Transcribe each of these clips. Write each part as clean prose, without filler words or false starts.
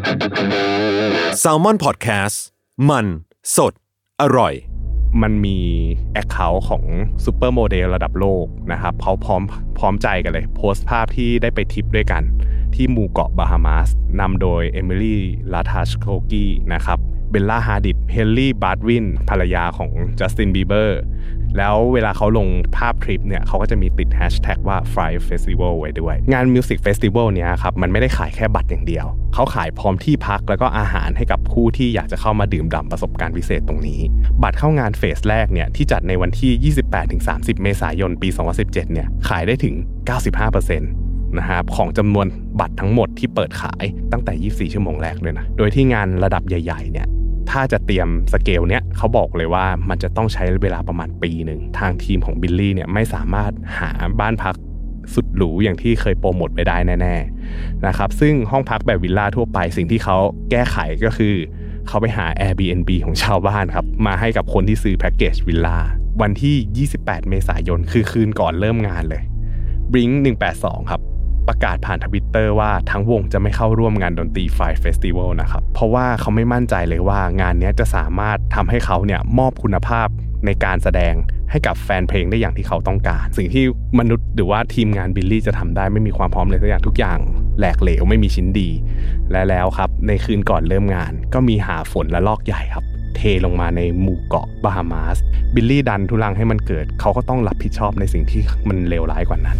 Salmon Podcast มันสดอร่อยมันมี account ของซูเปอร์โมเดลระดับโลกนะครับเขาพร้อมใจกันเลยโพสต์ภาพที่ได้ไปทริปด้วยกันที่หมู่เกาะบาฮามาสนำโดยเอมิลี่ลาทาชโคกี้นะครับเบลล่าฮาดิดเฮลลี่บาร์ดวินภรรยาของจัสตินบีเบอร์แล้วเวลาเขาลงภาพทริปเนี่ยเขาก็จะมีติดแฮชแท็กว่า Fry Festival ไว้ด้วยงานมิวสิกเฟสติวัลเนี่ยครับมันไม่ได้ขายแค่บัตรอย่างเดียวเขาขายพร้อมที่พักแล้วก็อาหารให้กับผู้ที่อยากจะเข้ามาดื่มด่ำประสบการณ์พิเศษตรงนี้บัตรเข้างานเฟสแรกเนี่ยที่จัดในวันที่ 28-30 เมษายนปี 2017เนี่ยขายได้ถึง 95%นะครับของจำนวนบัตรทั้งหมดที่เปิดขายตั้งแต่24ชั่วโมงแรกเลยนะโดยที่งานระดับใหญ่ๆเนี่ยถ้าจะเตรียมสเกลเนี้ยเขาบอกเลยว่ามันจะต้องใช้เวลาประมาณปีนึงทางทีมของบิลลี่เนี่ยไม่สามารถหาบ้านพักสุดหรูอย่างที่เคยโปรโมทไปได้แน่ๆนะครับซึ่งห้องพักแบบวิลล่าทั่วไปสิ่งที่เขาแก้ไขก็คือเขาไปหา Airbnb ของชาวบ้านครับมาให้กับคนที่ซื้อแพ็คเกจวิลล่าวันที่28เมษายนคือคืนก่อนเริ่มงานเลย Blink 182ครับประกาศผ่าน Twitter ว่าทั้งวงจะไม่เข้าร่วมงานดนตรี Fry Festival นะครับเพราะว่าเขาไม่มั่นใจเลยว่างานนี้จะสามารถทำให้เขาเนี่ยมอบคุณภาพในการแสดงให้กับแฟนเพลงได้อย่างที่เขาต้องการสิ่งที่มนุษย์หรือว่าทีมงานบิลลี่จะทำได้ไม่มีความพร้อมเลยสักอย่างทุกอย่างแหลกเหลวไม่มีชิ้นดีและแล้วครับในคืนก่อนเริ่มงานก็มีหาฝนละลอกใหญ่ครับเทลงมาในหมู่เกาะบาฮามาสบิลลี่ดันทุลังให้มันเกิดเขาก็ต้องรับผิดชอบในสิ่งที่มันเลวร้ายกว่านั้น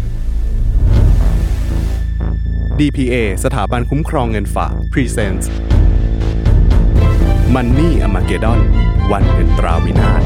DPA สถาบันคุ้มครองเงินฝาก Presents Money Armageddon วันเงินตราวินาศ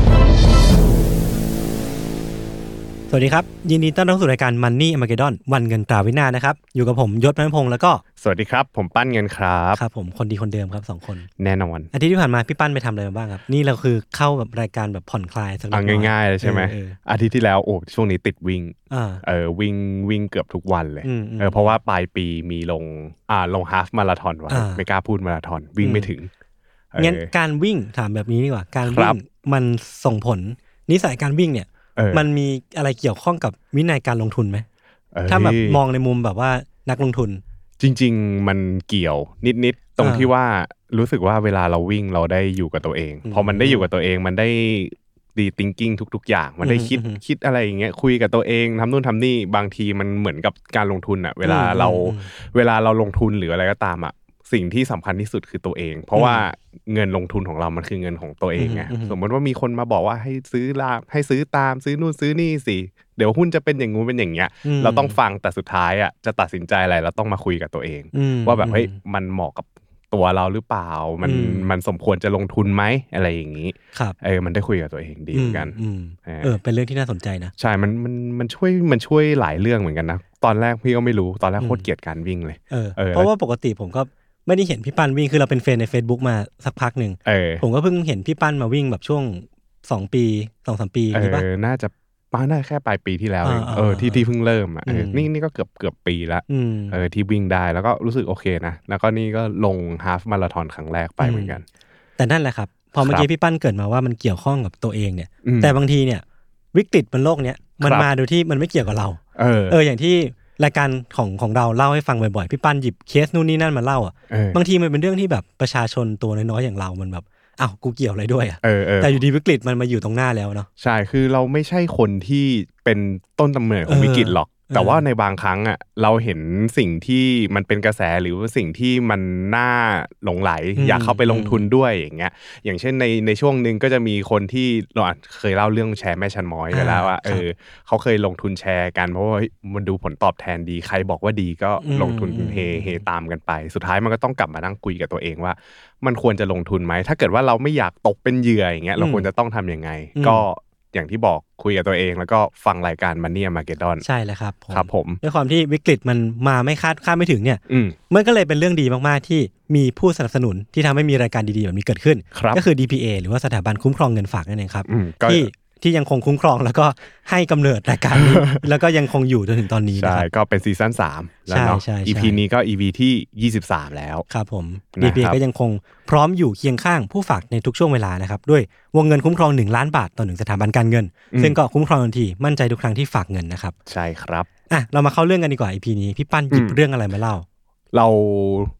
สวัสดีครับยินดีต้อนรับสู่รายการ Money Armageddon วันเงินตราวินาศนะครับอยู่กับผมยศ พันพงษ์แล้วก็สวัสดีครับผมปั้นเงินครับครับผมคนดีคนเดิมครับ2คนแน่นอนอาทิตย์ที่ผ่านมาพี่ปั้นไปทำอะไรมาบ้างครับนี่เราคือเข้าแบบรายการแบบผ่อนคลายสักหน่อยง่ายๆเลยใช่ไหมอาทิตย์ที่แล้วโอ้ช่วงนี้ติดวิ่งวิ่งเกือบทุกวันเลยเพราะว่าปลายปีมีลงฮาล์ฟมาราธอนว่ะไม่กล้าพูดมาราธอนวิ่งไม่ถึงงั้นการวิ่งถามแบบนี้ดีกว่าการวิ่งมันส่งผลนิสัยการวิ่งเนี่ยมันมีอะไรเกี่ยวข้องกับวินัยการลงทุนไหมถ้าแบบมองในมุมแบบว่านักลงทุนจริงๆมันเกี่ยวนิดๆตรงที่ว่ารู้สึกว่าเวลาเราวิ่งเราได้อยู่กับตัวเองพอมันได้อยู่กับตัวเองมันได้ดี thinking ทุกๆอย่างมันได้คิดอะไรอย่างเงี้ยคุยกับตัวเองทำนู่นทำนี่บางทีมันเหมือนกับการลงทุนอะเวลาเราลงทุนหรืออะไรก็ตามอะสิ่งที่สำคัญที่สุดคือตัวเองเพราะว่าเงินลงทุนของเรามันคือเงินของตัวเองไงสมมติว่ามีคนมาบอกว่าให้ซื้อตามซื้อนู่นซื้อนี่สิเดี๋ยวหุ้นจะเป็นอย่างงู้นเป็นอย่างเงี้ยเราต้องฟังแต่สุดท้ายอ่ะจะตัดสินใจอะไรเราต้องมาคุยกับตัวเองว่าแบบเฮ้ยมันเหมาะกับตัวเราหรือเปล่ามันสมควรจะลงทุนไหมอะไรอย่างนี้มันได้คุยกับตัวเองดีเหมือนกันเป็นเรื่องที่น่าสนใจนะใช่มันช่วยหลายเรื่องเหมือนกันนะตอนแรกพี่ก็ไม่รู้ตอนแรกโคตรเกลียดการวิ่งเลยเพราะว่าปกติผมก็ไม่ได้เห็นพี่ปั้นวิ่งคือเราเป็นเฟรนด์ใน Facebook มาสักพักนึงผมก็เพิ่งเห็นพี่ปั้นมาวิ่งแบบช่วง2ปี 2-3 ปีใช่ป่ะน่าจะแค่ปลายปีที่แล้วที่เพิ่งเริ่มนี่ก็เกือบปีละที่วิ่งได้แล้วก็รู้สึกโอเคนะแล้วก็นี่ก็ลงฮาล์ฟมาราธอนครั้งแรกไปเหมือนกันแต่นั่นแหละครับพอเมื่อกี้พี่ปั้นเกิดมาว่ามันเกี่ยวข้องกับตัวเองเนี่ยแต่บางทีเนี่ยวิกฤตบนโลกเนี้ยมันมาโดยที่มันไม่เกี่ยวกับเราอย่างที่รายการของเราเล่าให้ฟังบ่อยๆพี่ปั้นหยิบเคสนู่นนี่นั่นมาเล่าบางทีมันเป็นเรื่องที่แบบประชาชนตัวน้อยๆอย่างเรามันแบบอ้าวกูเกี่ยวอะไรด้วยแต่อยู่ดีวิกฤตมันมาอยู่ตรงหน้าแล้วเนาะใช่คือเราไม่ใช่คนที่เป็นต้นกำเนิดของวิกฤตหรอกแต่ว่าในบางครั้งอ่ะเราเห็นสิ่งที่มันเป็นกระแสหรือว่าสิ่งที่มันน่าหลงไหลอยากเข้าไปลงทุนด้วยอย่างเงี้ยอย่างเช่นในช่วงนึงก็จะมีคนที่เราเคยเล่าเรื่องแชร์แม่ชันม้อยไปแล้วว่าเขาเคยลงทุนแชร์กันเพราะว่ามันดูผลตอบแทนดีใครบอกว่าดีก็ลงทุนเฮตามกันไปสุดท้ายมันก็ต้องกลับมานั่งคุยกับตัวเองว่ามันควรจะลงทุนไหมถ้าเกิดว่าเราไม่อยากตกเป็นเหยื่ออย่างเงี้ยเราควรจะต้องทำยังไงก็อย่างที่บอกคุยกับตัวเองแล้วก็ฟังรายการ Money Armageddon ใช่แล้วครับผมด้วยความที่วิกฤตมันมาไม่คาดไม่ถึงเนี่ยมันก็เลยเป็นเรื่องดีมากๆที่มีผู้สนับสนุนที่ทำให้มีรายการดีๆแบบนี้เกิดขึ้นก็คือ DPA หรือว่าสถาบันคุ้มครองเงินฝากนั่นเองครับที่ยังคงคุ้มครองแล้วก็ให้กำเนิดรายการนี้ แล้วก็ยังคงอยู่จนถึงตอนนี้นะครับใช่ก็เป็นซีซั่น3แล้วเนาะ EP นี้ก็ EP ที่23แล้วครับผม DPA ก็ยังคงพร้อมอยู่เคียงข้างผู้ฝากในทุกช่วงเวลานะครับด้วยวงเงินคุ้มครอง1ล้านบาทต่อ1สถาบันการเงินซึ่งก็คุ้มครองทันทีมั่นใจทุกครั้งที่ฝากเงินนะครับใช่ครับเรามาเข้าเรื่องกันดีกว่า EP นี้พี่ปั้นหยิบเรื่องอะไรมาเล่าเรา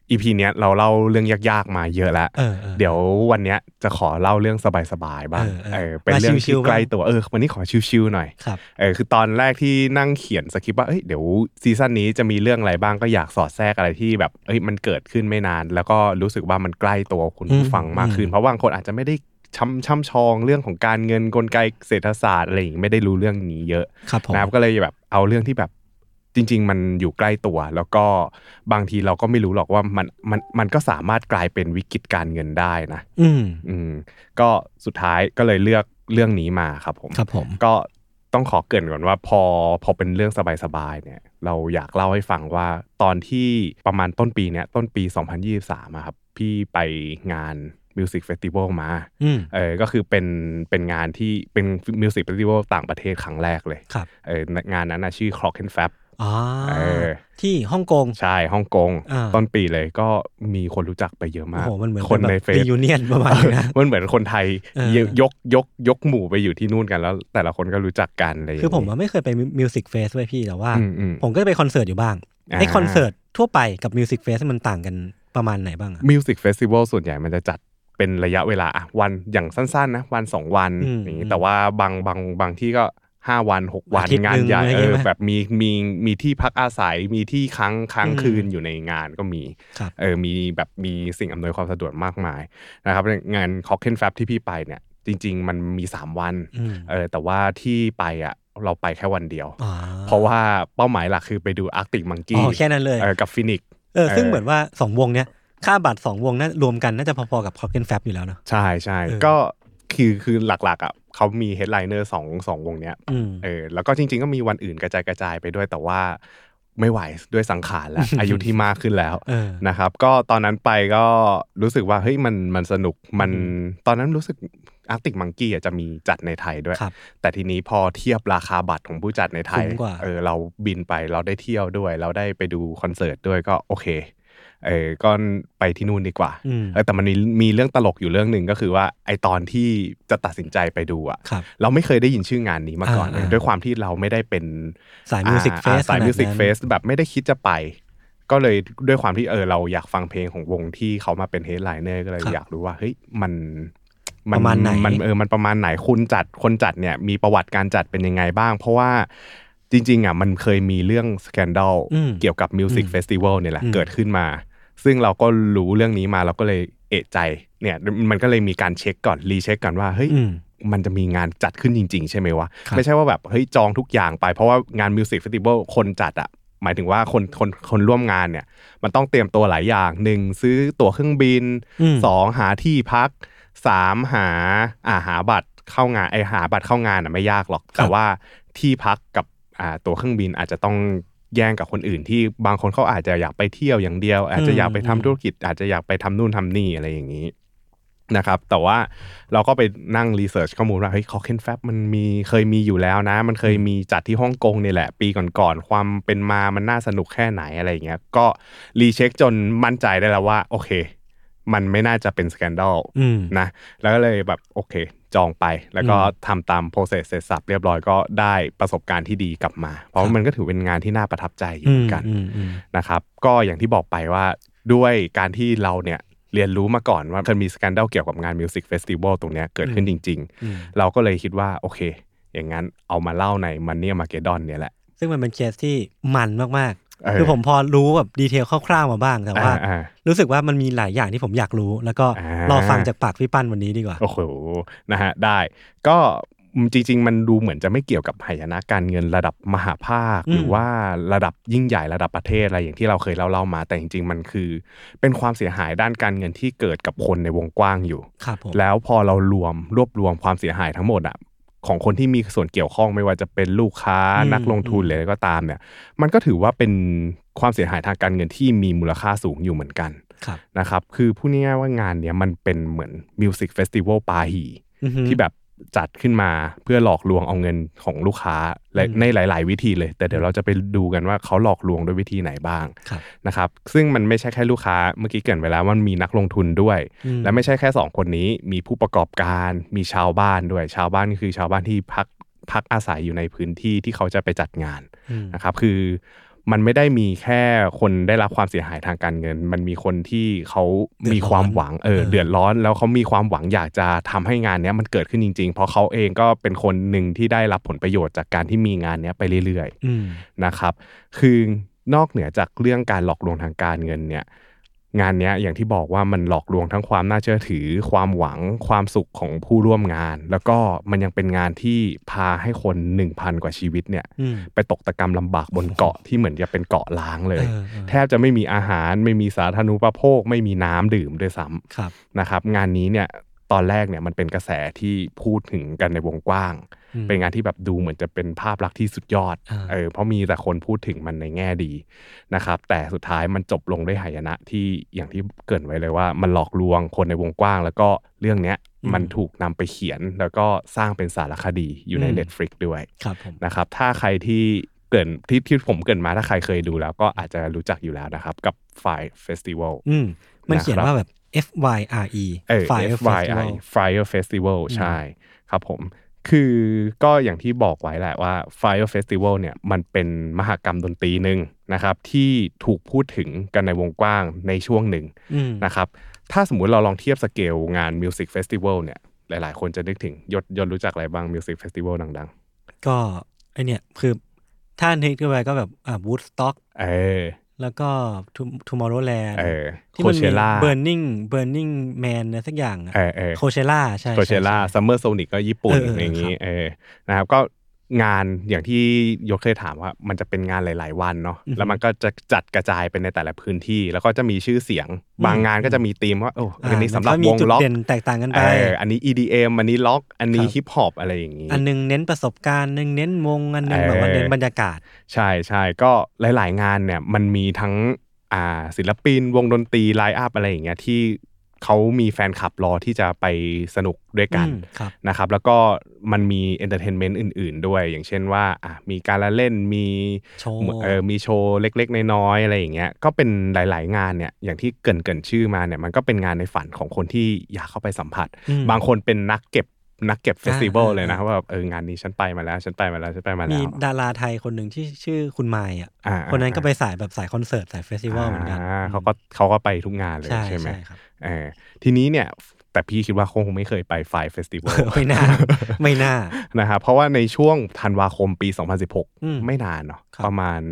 EP เนี้ยเราเล่าเรื่องยากๆมาเยอะแล้วเดี๋ยววันเนี้ยจะขอเล่าเรื่องสบายๆบ้างเป็นเรื่องที่ใกล้ตัววันนี้ขอชิวๆหน่อยคือตอนแรกที่นั่งเขียนสคริปต์ว่าเดี๋ยวซีซั่นนี้จะมีเรื่องอะไรบ้างก็อยากสอดแทรกอะไรที่แบบมันเกิดขึ้นไม่นานแล้วก็รู้สึกว่ามันใกล้ตัวคุณผู้ฟังมากขึ้นเพราะบางคนอาจจะไม่ได้ช่ำชองเรื่องของการเงินกลไกเศรษฐศาสตร์อะไรอย่างงี้ไม่ได้รู้เรื่องนี้เยอะนะครับก็เลยแบบเอาเรื่องที่แบบจริงๆมันอยู่ใกล้ตัวแล้วก็บางทีเราก็ไม่รู้หรอกว่ามันก็สามารถกลายเป็นวิกฤตการเงินได้นะก็สุดท้ายก็เลยเลือกเรื่องนี้มาครับผมก็ต้องขอเกริ่นก่อนว่าพอเป็นเรื่องสบายๆเนี่ยเราอยากเล่าให้ฟังว่าตอนที่ประมาณต้นปี2023ครับพี่ไปงานMusic Festival มาก็คือเป็นงานที่เป็น Music Festival ต่างประเทศครั้งแรกเลยงานนั้นชื่อ Clockenflap ที่ฮ่องกงใช่ฮ่องกงต้นปีเลยก็มีคนรู้จักไปเยอะมากคนในเฟซรียูเนียนประมาณนี้มันเหมือนคนไทยยกหมู่ไปอยู่ที่นู่นกันแล้วแต่ละคนก็รู้จักกันอะไรอย่างเงี้ยคือผมไม่เคยไป Music Fest ไว้พี่แต่ว่าผมก็ไปคอนเสิร์ตอยู่บ้างไอ้คอนเสิร์ตทั่วไปกับ Music Fest มันต่างกันประมาณไหนบ้าง Music Festival ส่วนใหญ่มันจะจัดเป็นระยะเวลาวันอย่างสั้นๆนะวัน2วันอย่างนี้แต่ว่าบางที่ก็5วัน6วันงานใหญ่แบบมีที่พักอาศัยมีที่ค้างคืนอยู่ในงานก็มีมีแบบมีสิ่งอำนวยความสะดวกมากมายนะครับงาน Clockenflap ที่พี่ไปเนี่ยจริงๆมันมี3วันแต่ว่าที่ไปเราไปแค่วันเดียวเพราะว่าเป้าหมายหลักคือไปดู Arctic Monkey แค่นั้นเลยกับ Phoenix ซึ่งเหมือนว่า2วงเนี้ยค่าบัตร2วงน่ารวมกันน่าจะพอๆกับ Clockenflap อยู่แล้วเนาะใช่ๆก็คือหลักๆเขามีเฮดไลเนอร์2วงเนี้ยแล้วก็จริงๆก็มีวันอื่นกระจายไปด้วยแต่ว่าไม่ไหวด้วยสังขารแล้ว อายุที่มากขึ้นแล้วนะครับก็ตอนนั้นไปก็รู้สึกว่าเฮ้ยมันสนุกมันตอนนั้นรู้สึก Arctic Monkey จะมีจัดในไทยด้วยแต่ทีนี้พอเทียบราคาบัตรของผู้จัดในไทยเราบินไปเราได้เที่ยวด้วยเราได้ไปดูคอนเสิร์ตด้วยก็โอเคก็ไปที่นู่นดีกว่าแต่มันมีเรื่องตลกอยู่เรื่องหนึ่งก็คือว่าไอตอนที่จะตัดสินใจไปดูเราไม่เคยได้ยินชื่องานนี้มาก่อนด้วยความที่เราไม่ได้เป็นสายมิวสิกเฟสแบบไม่ได้คิดจะไปก็เลยด้วยความที่เราอยากฟังเพลงของวงที่เขามาเป็นเฮดไลเนอร์ก็เลยอยากรู้ว่าเฮ้ยมันประมาณไหนมันประมาณไหนคนจัดเนี่ยมีประวัติการจัดเป็นยังไงบ้างเพราะว่าจริงๆมันเคยมีเรื่องสแกนดัลเกี่ยวกับมิวสิกเฟสติวัลเนี่ยแหละเกิดขึ้นมาซึ่งเราก็รู้เรื่องนี้มาเราก็เลยเอะใจเนี่ยมันก็เลยมีการเช็คก่อนรีเช็คก่อนว่าเฮ้ยมันจะมีงานจัดขึ้นจริงๆใช่ไหมวะไม่ใช่ว่าแบบเฮ้ยจองทุกอย่างไปเพราะว่างานมิวสิกเฟสติวัลคนจัดหมายถึงว่าคนร่วมงานเนี่ยมันต้องเตรียมตัวหลายอย่าง1ซื้อตั๋วเครื่องบิน2หาที่พัก3หาบัตรเข้างานหาบัตรเข้างานไม่ยากหรอกแต่ว่าที่พักกับตั๋วเครื่องบินอาจจะต้องแย่งกับคนอื่นที่บางคนเขาอาจจะอยากไปเที่ยวอย่างเดียวอาจจะอยากไปทำธุรกิจอาจจะอยากไปทำนู่นทำนี่อะไรอย่างนี้นะครับแต่ว่าเราก็ไปนั่งรีเสิร์ชข้อมูลว่าเฮ้ย Clockenflap มันเคยมีอยู่แล้วนะมันเคยมีจัดที่ฮ่องกงนี่แหละปีก่อนๆความเป็นมามันน่าสนุกแค่ไหนอะไรอย่างเงี้ยก็รีเช็คจนมั่นใจได้แล้วว่าโอเคมันไม่น่าจะเป็นสแกนดัลนะแล้วก็เลยแบบโอเคจองไปแล้วก็ทำตามโปรเซสเสร็จสับเรียบร้อยก็ได้ประสบการณ์ที่ดีกลับมาเพราะมันก็ถือเป็นงานที่น่าประทับใจอยู่เหมือนกันนะครับก็อย่างที่บอกไปว่าด้วยการที่เราเนี่ยเรียนรู้มาก่อนว่าเคยมีสแกนดัลเกี่ยวกับงานมิวสิกเฟสติวัลตรงนี้เกิดขึ้นจริงๆเราก็เลยคิดว่าโอเคอย่างนั้นเอามาเล่าในมันนี่มาเกดอนเนี่ยแหละซึ่งมันเป็นเคสที่มันมากๆคือผมพอรู้แบบดีเทลคร่าวๆมาบ้างแต่ว่ารู้สึกว่ามันมีหลายอย่างที่ผมอยากรู้แล้วก็รอฟังจากปากพี่ปั้นวันนี้ดีกว่าโอ้โหนะฮะได้ก็จริงๆมันดูเหมือนจะไม่เกี่ยวกับหายนะการเงินระดับมหาภาคหรือว่าระดับยิ่งใหญ่ระดับประเทศอะไรอย่างที่เราเคยเล่ามาแต่จริงๆมันคือเป็นความเสียหายด้านการเงินที่เกิดกับคนในวงกว้างอยู่แล้วพอเรารวบรวมความเสียหายทั้งหมดของคนที่มีส่วนเกี่ยวข้องไม่ว่าจะเป็นลูกค้านักลงทุนหรืออะไรก็ตามเนี่ยมันก็ถือว่าเป็นความเสียหายทางการเงินที่มีมูลค่าสูงอยู่เหมือนกันนะครับคือพูดง่ายๆว่างานเนี้ยมันเป็นเหมือนมิวสิกเฟสติวัลปาหีที่แบบจัดขึ้นมาเพื่อหลอกลวงเอาเงินของลูกค้าในหลายๆวิธีเลยแต่เดี๋ยวเราจะไปดูกันว่าเขาหลอกลวงด้วยวิธีไหนบ้างนะครับซึ่งมันไม่ใช่แค่ลูกค้าเมื่อกี้เกริ่นไปแล้วมันมีนักลงทุนด้วยและไม่ใช่แค่2คนนี้มีผู้ประกอบการมีชาวบ้านด้วยชาวบ้านคือชาวบ้านที่พักอาศัยอยู่ในพื้นที่ที่เขาจะไปจัดงานนะครับคือมันไม่ได้มีแค่คนได้รับความเสียหายทางการเงินมันมีคนที่เขามีความหวังเดือดร้อนแล้วเขามีความหวังอยากจะทำให้งานนี้มันเกิดขึ้นจริงๆเพราะเขาเองก็เป็นคนหนึ่งที่ได้รับผลประโยชน์จากการที่มีงานนี้ไปเรื่อยๆนะครับคือนอกเหนือจากเรื่องการหลอกลวงทางการเงินเนี่ยงานนี้อย่างที่บอกว่ามันหลอกลวงทั้งความน่าเชื่อถือความหวังความสุขของผู้ร่วมงานแล้วก็มันยังเป็นงานที่พาให้คน 1,000 กว่าชีวิตเนี่ยไปตกตะกำลำบากบนเกาะที่เหมือนจะเป็นเกาะล้างเลยแทบจะไม่มีอาหารไม่มีสาธารณูปโภคไม่มีน้ำดื่มด้วยซ้ำนะครับงานนี้เนี่ยตอนแรกเนี่ยมันเป็นกระแสที่พูดถึงกันในวงกว้างเป็นงานที่แบบดูเหมือนจะเป็นภาพลักษณ์ที่สุดยอดเพราะมีแต่คนพูดถึงมันในแง่ดีนะครับแต่สุดท้ายมันจบลงด้วยหายนะที่อย่างที่เกริ่นไว้เลยว่ามันหลอกลวงคนในวงกว้างแล้วก็เรื่องเนี้ยมันถูกนำไปเขียนแล้วก็สร้างเป็นสารคดีอยู่ใน Netflix ด้วยนะครับถ้าใครที่เกริ่นที่ผมเกริ่นมาถ้าใครเคยดูแล้วก็อาจจะรู้จักอยู่แล้วนะครับกับ Fire Festival มันเขียนว่าแบบ FYRE Fire Festival ใช่ครับผมคือก็อย่างที่บอกไว้แหละว่า Fire Festival เนี่ยมันเป็นมหกรรมดนตรีนึงนะครับที่ถูกพูดถึงกันในวงกว้างในช่วงหนึ่งนะครับถ้าสมมุติเราลองเทียบสเกลงาน Music Festival เนี่ยหลายๆคนจะนึกถึงยศรู้จักอะไรบ้าง Music Festival ดังๆก็ไอเนี่ยคือถ้านึกขึ้นไปก็แบบWoodstockแล้วก็ Tomorrowland ที่มันมี Burning Man นะสักอย่างCoachella ใช่ Coachella Summer Sonic ก็ญี่ปุ่นอย่างงี้นะครับก็งานอย่างที่ยกเคยถามว่ามันจะเป็นงานหลายๆวันเนาะแล้วมันก็จะจัดกระจายไปในแต่ละพื้นที่แล้วก็จะมีชื่อเสียงบางงานก็จะมีธีมว่าอันนี้สำหรับวงล็อกแตกต่างกันไปอันนี้ EDM อันนี้ล็อกอันนี้ฮิปฮอปอะไรอย่างงี้อันนึงเน้นประสบการณ์นึงเน้นวงอันนึงแบบว่าเน้นบรรยากาศใช่ๆก็หลายๆงานเนี่ยมันมีทั้งศิลปินวงดนตรีไลน์อัพอะไรอย่างเงี้ยที่เขามีแฟนคลับรอที่จะไปสนุกด้วยกันนะครับแล้วก็มันมีเอนเตอร์เทนเมนต์อื่นๆด้วยอย่างเช่นว่ามีการละเล่นมีโชว์เล็กๆน้อยๆอะไรอย่างเงี้ยก็เป็นหลายๆงานเนี่ยอย่างที่เกริ่นชื่อมาเนี่ยมันก็เป็นงานในฝันของคนที่อยากเข้าไปสัมผัสบางคนเป็นนักเก็บเฟสติวัลเลยนะว่าแบบงานนี้ฉันไปมาแล้วมีดาราไทยคนหนึ่งที่ชื่อคุณไมค์คนนั้นก็ไปสายแบบสายคอนเสิร์ตสายเฟสติวัลเหมือนกันเขาก็ไปทุกงานเลยใช่ไหมทีนี้เนี่ยแต่พี่คิดว่าคงไม่เคยไปไฟเฟสติวัลไม่น่านะครับเพราะว่าในช่วงธันวาคมปี2016ไม่นานเนาะประมาณ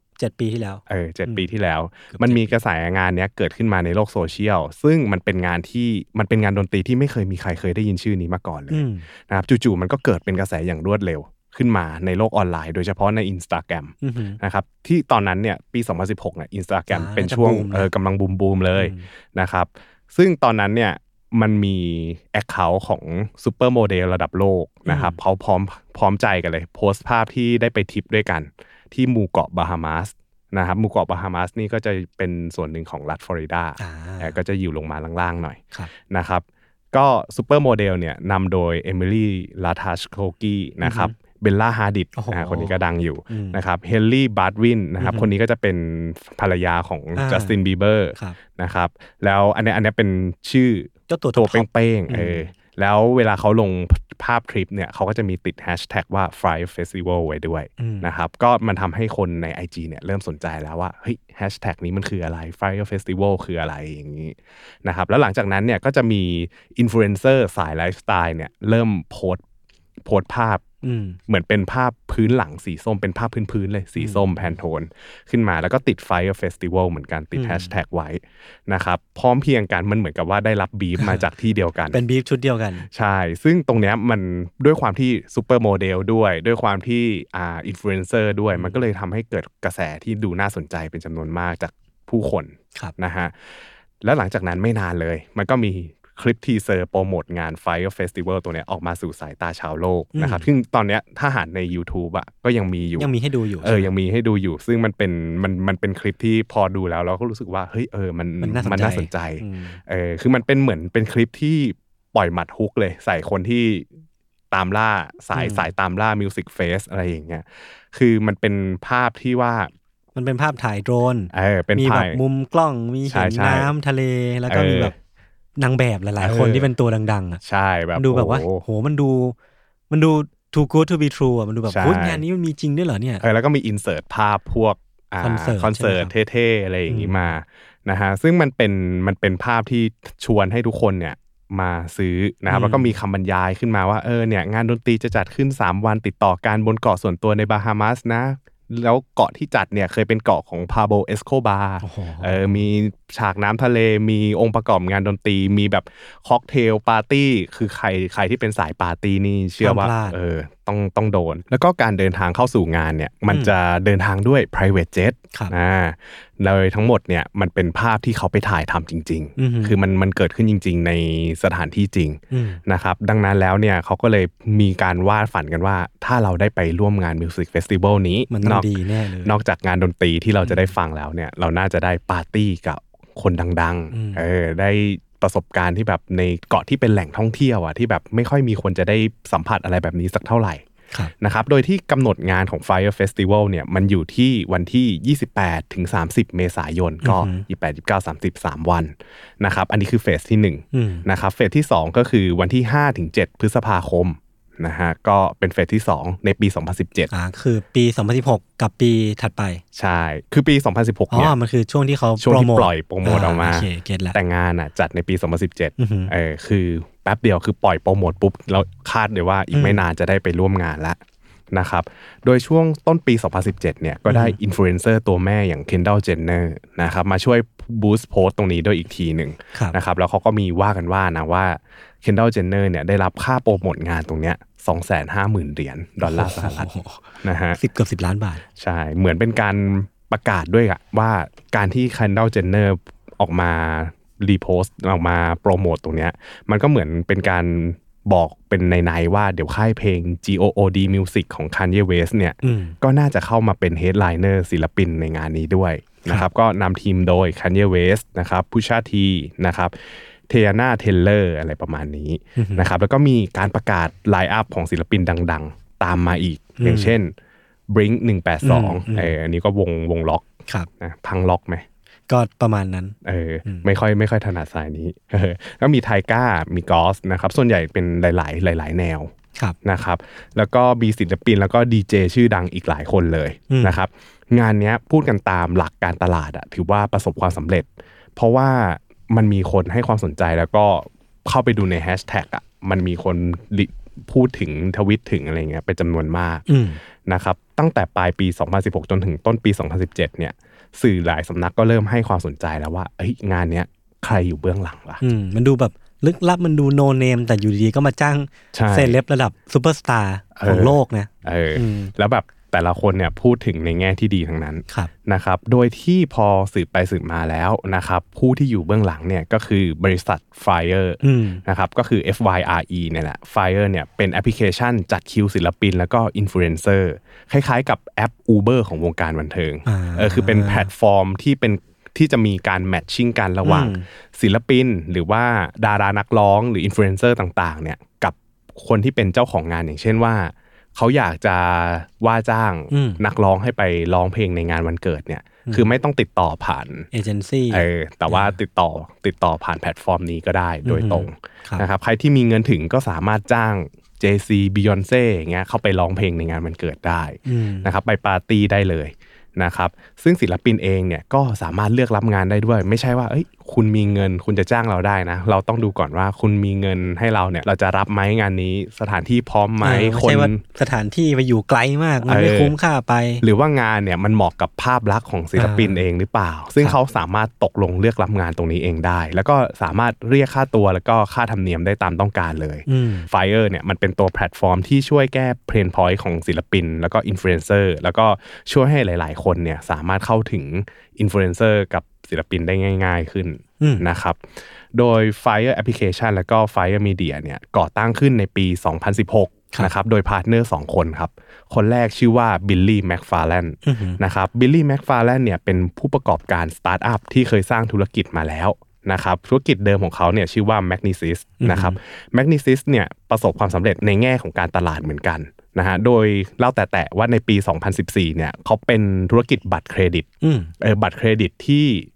7 ปีที่แล้ว 7 ปีที่แล้วมันมีกระแสงานเนี้ยเกิดขึ้นมาในโลกโซเชียลซึ่งมันเป็นงานดนตรีที่ไม่เคยมีใครเคยได้ยินชื่อนี้มาก่อนเลยนะครับจู่ๆมันก็เกิดเป็นกระแสอย่างรวดเร็วขึ้นมาในโลกออนไลน์โดยเฉพาะใน Instagram นะครับที่ตอนนั้นเนี่ยปี2016เนี่ย Instagram เป็นช่วงกำลังบูมเลยนะครับซึ่งตอนนั้นเนี่ยมันมีแอคเคาท์ของซุปเปอร์โมเดลระดับโลกนะครับเขาพร้อมใจกันเลยโพสต์ภาพที่ได้ไปทริปด้วยกันที่หมู่เกาะบาฮามาสนะครับหมู่เกาะบาฮามาสนี่ก็จะเป็นส่วนหนึ่งของรัฐฟลอริดาก็จะอยู่ลงมาล่างๆหน่อยนะครับก็ซุปเปอร์โมเดลเนี่ยนำโดยเอมิลี่ลาทาชโคกี้นะครับเบลล่าฮาดิดคนนี้ก็ดังอยู่นะครับเฮนรี่บาร์ดวินนะครับคนนี้ก็จะเป็นภรรยาของจัสตินบีเบอร์นะครับแล้วอันนี้เป็นชื่อตัวเป้งๆแล้วเวลาเขาลงภาพทริปเนี่ยเขาก็จะมีติดแฮชแท็กว่า Fire Festival ไว้ด้วยนะครับก็มันทำให้คนใน IG เนี่ยเริ่มสนใจแล้วว่าเฮ้ยแฮชแท็กนี้มันคืออะไร Fire Festival คืออะไรอย่างนี้นะครับแล้วหลังจากนั้นเนี่ยก็จะมีอินฟลูเอนเซอร์สายไลฟ์สไตล์เนี่ยเริ่มโพสต์ภาพเหมือนเป็นภาพพื้นหลังสีส้มเป็นภาพพื้นเลยสีส้มแพนโทนขึ้นมาแล้วก็ติด Fire Festival เหมือนกันติดแฮชแท็กไว้นะครับพร้อมเพียงกันมันเหมือนกับว่าได้รับบีฟมาจากที่เดียวกันเป็นบีฟชุดเดียวกันใช่ซึ่งตรงเนี้ยมันด้วยความที่ซูเปอร์โมเดลด้วยความที่อินฟลูเอนเซอร์ด้วยมันก็เลยทำให้เกิดกระแสที่ดูน่าสนใจเป็นจำนวนมากจากผู้คนนะฮะแล้วหลังจากนั้นไม่นานเลยมันก็มีคลิปทีเซอร์โปรโมทงาน Fire Festival ตัวเนี้ยออกมาสู่สายตาชาวโลกนะครับซึ่งตอนเนี้ยถ้าหากใน YouTube อ่ะก็ยังมีให้ดูอยู่ยังมีให้ดูอยู่ซึ่งมันเป็นคลิปที่พอดูแล้วเราก็รู้สึกว่าเฮ้ยมันน่าสนใจคือมันเป็นเหมือนเป็นคลิปที่ปล่อยหมัดฮุกเลยใส่คนที่ตามล่าสายตามล่ามิวสิกเฟสอะไรอย่างเงี้ยคือมันเป็นภาพที่ว่ามันเป็นภาพถ่ายโดรนมีแบบมุมกล้องมีเห็นน้ำทะเลแล้วก็มีแบบนางแบบหลายๆคนที่เป็นตัวดังๆอ่ะใช่แบบดูแบบว่าโหมันดู too good to be true อ่ะมันดูแบบโหงานนี้มันมีจริงด้วยเหรอเนี่ยแล้วก็มีอินเสิร์ตภาพพวกคอนเสิร์ตเท่ๆอะไรอย่างนี้มานะฮะซึ่งมันเป็นภาพที่ชวนให้ทุกคนเนี่ยมาซื้อนะครับแล้วก็มีคำบรรยายขึ้นมาว่าเนี่ยงานดนตรีจะจัดขึ้น3วันติดต่อกันบนเกาะส่วนตัวในบาฮามาสนะแล้วเกาะที่จัดเนี่ยเคยเป็นเกาะของพาโบเอสโคบาร์มีฉากน้ำทะเลมีองค์ประกอบงานดนตรีมีแบบค็อกเทลปาร์ตี้คือใครที่เป็นสายปาร์ตี้นี่เชื่อว่าต้องโดนแล้วก็การเดินทางเข้าสู่งานเนี่ยมันจะเดินทางด้วย private jet เลยทั้งหมดเนี่ยมันเป็นภาพที่เขาไปถ่ายทำจริงๆคือมันเกิดขึ้นจริงๆในสถานที่จริงนะครับดังนั้นแล้วเนี่ยเขาก็เลยมีการวาดฝันกันว่าถ้าเราได้ไปร่วมงาน Music Festival นี้มันต้องดีแน่เลยนอกจากงานดนตรีที่เราจะได้ฟังแล้วเนี่ยเราน่าจะได้ปาร์ตี้กับคนดังๆได้ประสบการณ์ที่แบบในเกาะที่เป็นแหล่งท่องเที่ยวที่แบบไม่ค่อยมีคนจะได้สัมผัสอะไรแบบนี้สักเท่าไหร่นะครับโดยที่กำหนดงานของ Fire Festival เนี่ยมันอยู่ที่วันที่28ถึง30เมษายนก็28 29 30 3วันนะครับอันนี้คือเฟสที่1นะครับเฟสที่2ก็คือวันที่5ถึง7พฤษภาคมนะฮะก็เป็นเฟสที่2ในปี2017 คือปี2016กับปีถัดไปใช่คือปี2016เนี่ยมันคือช่วงที่เขาปล่อยโปรโมทออกมาแต่งานจัดในปี2017คือแป๊บเดียวคือปล่อยโปรโมทปุ๊บเราคาดเลยว่าอีกไม่นานจะได้ไปร่วมงานแล้วนะครับโดยช่วงต้นปี2017เนี่ยก็ได้อินฟลูเอนเซอร์ตัวแม่อย่าง Kendall Jenner นะครับมาช่วยบูสต์โพสต์ตรงนี้ด้วยอีกทีหนึ่งนะครับแล้วเขาก็มีว่ากันว่านะว่า Kendall Jenner เนี่ยได้รับค่าโปรโมทงานตรงเนี้ย 250,000 เหรียญดอลลาร์สหรัฐนะฮะเกือบ10ล้านบาทใช่เหมือนเป็นการประกาศด้วยว่าการที่ Kendall Jenner ออกมารีโพสต์ออกมาโปรโมทตรงเนี้ยมันก็เหมือนเป็นการบอกเป็นในว่าเดี๋ยวค่ายเพลง GOOD Music ของ Kanye West เนี่ยก็น่าจะเข้ามาเป็นเฮดไลเนอร์ศิลปินในงานนี้ด้วยนะครับก็นำทีมโดย Kanye West นะครับ Pusha T นะครับเทียนาเทเลอร์อะไรประมาณนี้นะครับแล้วก็มีการประกาศไลน์อัพของศิลปินดังๆตามมาอีกอย่างเช่น Blink 182อันนี้ก็วงล็อกนะพังล็อกไหมก็ประมาณนั้นไม่ค่อยถนัดสายนี้ก็มีไทก้ามีกอสนะครับส่วนใหญ่เป็นหลายแนวนะครับแล้วก็มีศิลปินแล้วก็ดีเจชื่อดังอีกหลายคนเลยนะครับงานนี้พูดกันตามหลักการตลาดถือว่าประสบความสำเร็จเพราะว่ามันมีคนให้ความสนใจแล้วก็เข้าไปดูในแฮชแท็กมันมีคนพูดถึงทวิตถึงอะไรเงี้ยเป็นจำนวนมากนะครับตั้งแต่ปลายปี2016จนถึงต้นปี2017เนี่ยสื่อหลายสำนักก็เริ่มให้ความสนใจแล้วว่างานเนี้ยใครอยู่เบื้องหลังวะมันดูแบบลึกลับมันดูโนเนมแต่อยู่ดีๆก็มาจ้างเซเลบระดับซูเปอร์สตาร์ของโลกนะแล้วแบบแต่ละคนเนี่ยพูดถึงในแง่ที่ดีทั้งนั้นนะครับโดยที่พอสืบไปสืบมาแล้วนะครับผู้ที่อยู่เบื้องหลังเนี่ยก็คือบริษัท Fire นะครับก็คือ FYRE เนี่ยแหละ Fire เนี่ยเป็นแอปพลิเคชันจัดคิวศิลปินแล้วก็อินฟลูเอนเซอร์คล้ายๆกับแอป Uber ของวงการบันเทิงคือเป็นแพลตฟอร์มที่จะมีการแมทชิ่งกันระหว่างศิลปินหรือว่าดารานักร้องหรืออินฟลูเอนเซอร์ต่างๆเนี่ยกับคนที่เป็นเจ้าของงานอย่างเช่นว่าเขาอยากจะว่าจ้างนักร้องให้ไปร้องเพลงในงานวันเกิดเนี่ยคือไม่ต้องติดต่อผ่านเอเจนซี่แต่ว่าติดต่อผ่านแพลตฟอร์มนี้ก็ได้โดยตรงนะครับใครที่มีเงินถึงก็สามารถจ้าง JC Beyonce อย่างเงี้ยเข้าไปร้องเพลงในงานวันเกิดได้นะครับไปปาร์ตี้ได้เลยนะครับซึ่งศิลปินเองเนี่ยก็สามารถเลือกรับงานได้ด้วยไม่ใช่ว่าคุณมีเงินคุณจะจ้างเราได้นะเราต้องดูก่อนว่าคุณมีเงินให้เราเนี่ยเราจะรับไหมงานนี้สถานที่พร้อมไหมคนสถานที่ไปอยู่ไกลมากมันไม่คุ้มค่าไปหรือว่างานเนี่ยมันเหมาะกับภาพลักษณ์ของศิลปินเองหรือเปล่าซึ่งเขาสามารถตกลงเลือกรับงานตรงนี้เองได้แล้วก็สามารถเรียกค่าตัวแล้วก็ค่าธรรมเนียมได้ตามต้องการเลย Fire เนี่ยมันเป็นตัวแพลตฟอร์มที่ช่วยแก้เพนพอยต์ของศิลปินแล้วก็อินฟลูเอนเซอร์แล้วก็ช่วยให้หลายๆคนเนี่ยสามารถเข้าถึงอินฟลูเอนเซอร์กับศิลปินได้ง่ายๆขึ้นนะครับโดย Fire Application แล้วก็ Fire Media เนี่ยก่อตั้งขึ้นในปี2016นะครับโดยพาร์ทเนอร์2คนครับคนแรกชื่อว่าบิลลี่แม็กฟาร์แลนด์นะครับบิลลี่แม็กฟาร์แลนด์เนี่ยเป็นผู้ประกอบการสตาร์ทอัพที่เคยสร้างธุรกิจมาแล้วนะครับธุรกิจเดิมของเขาเนี่ยชื่อว่า Magnesis นะครับ Magnesis เนี่ยประสบความสำเร็จในแง่ของการตลาดเหมือนกันนะฮะโดยเล่าแต่ว่าในปี2014เนี่ยเขาเป็นธุรกิจบัตรเครดิตบัตรเครดิตที่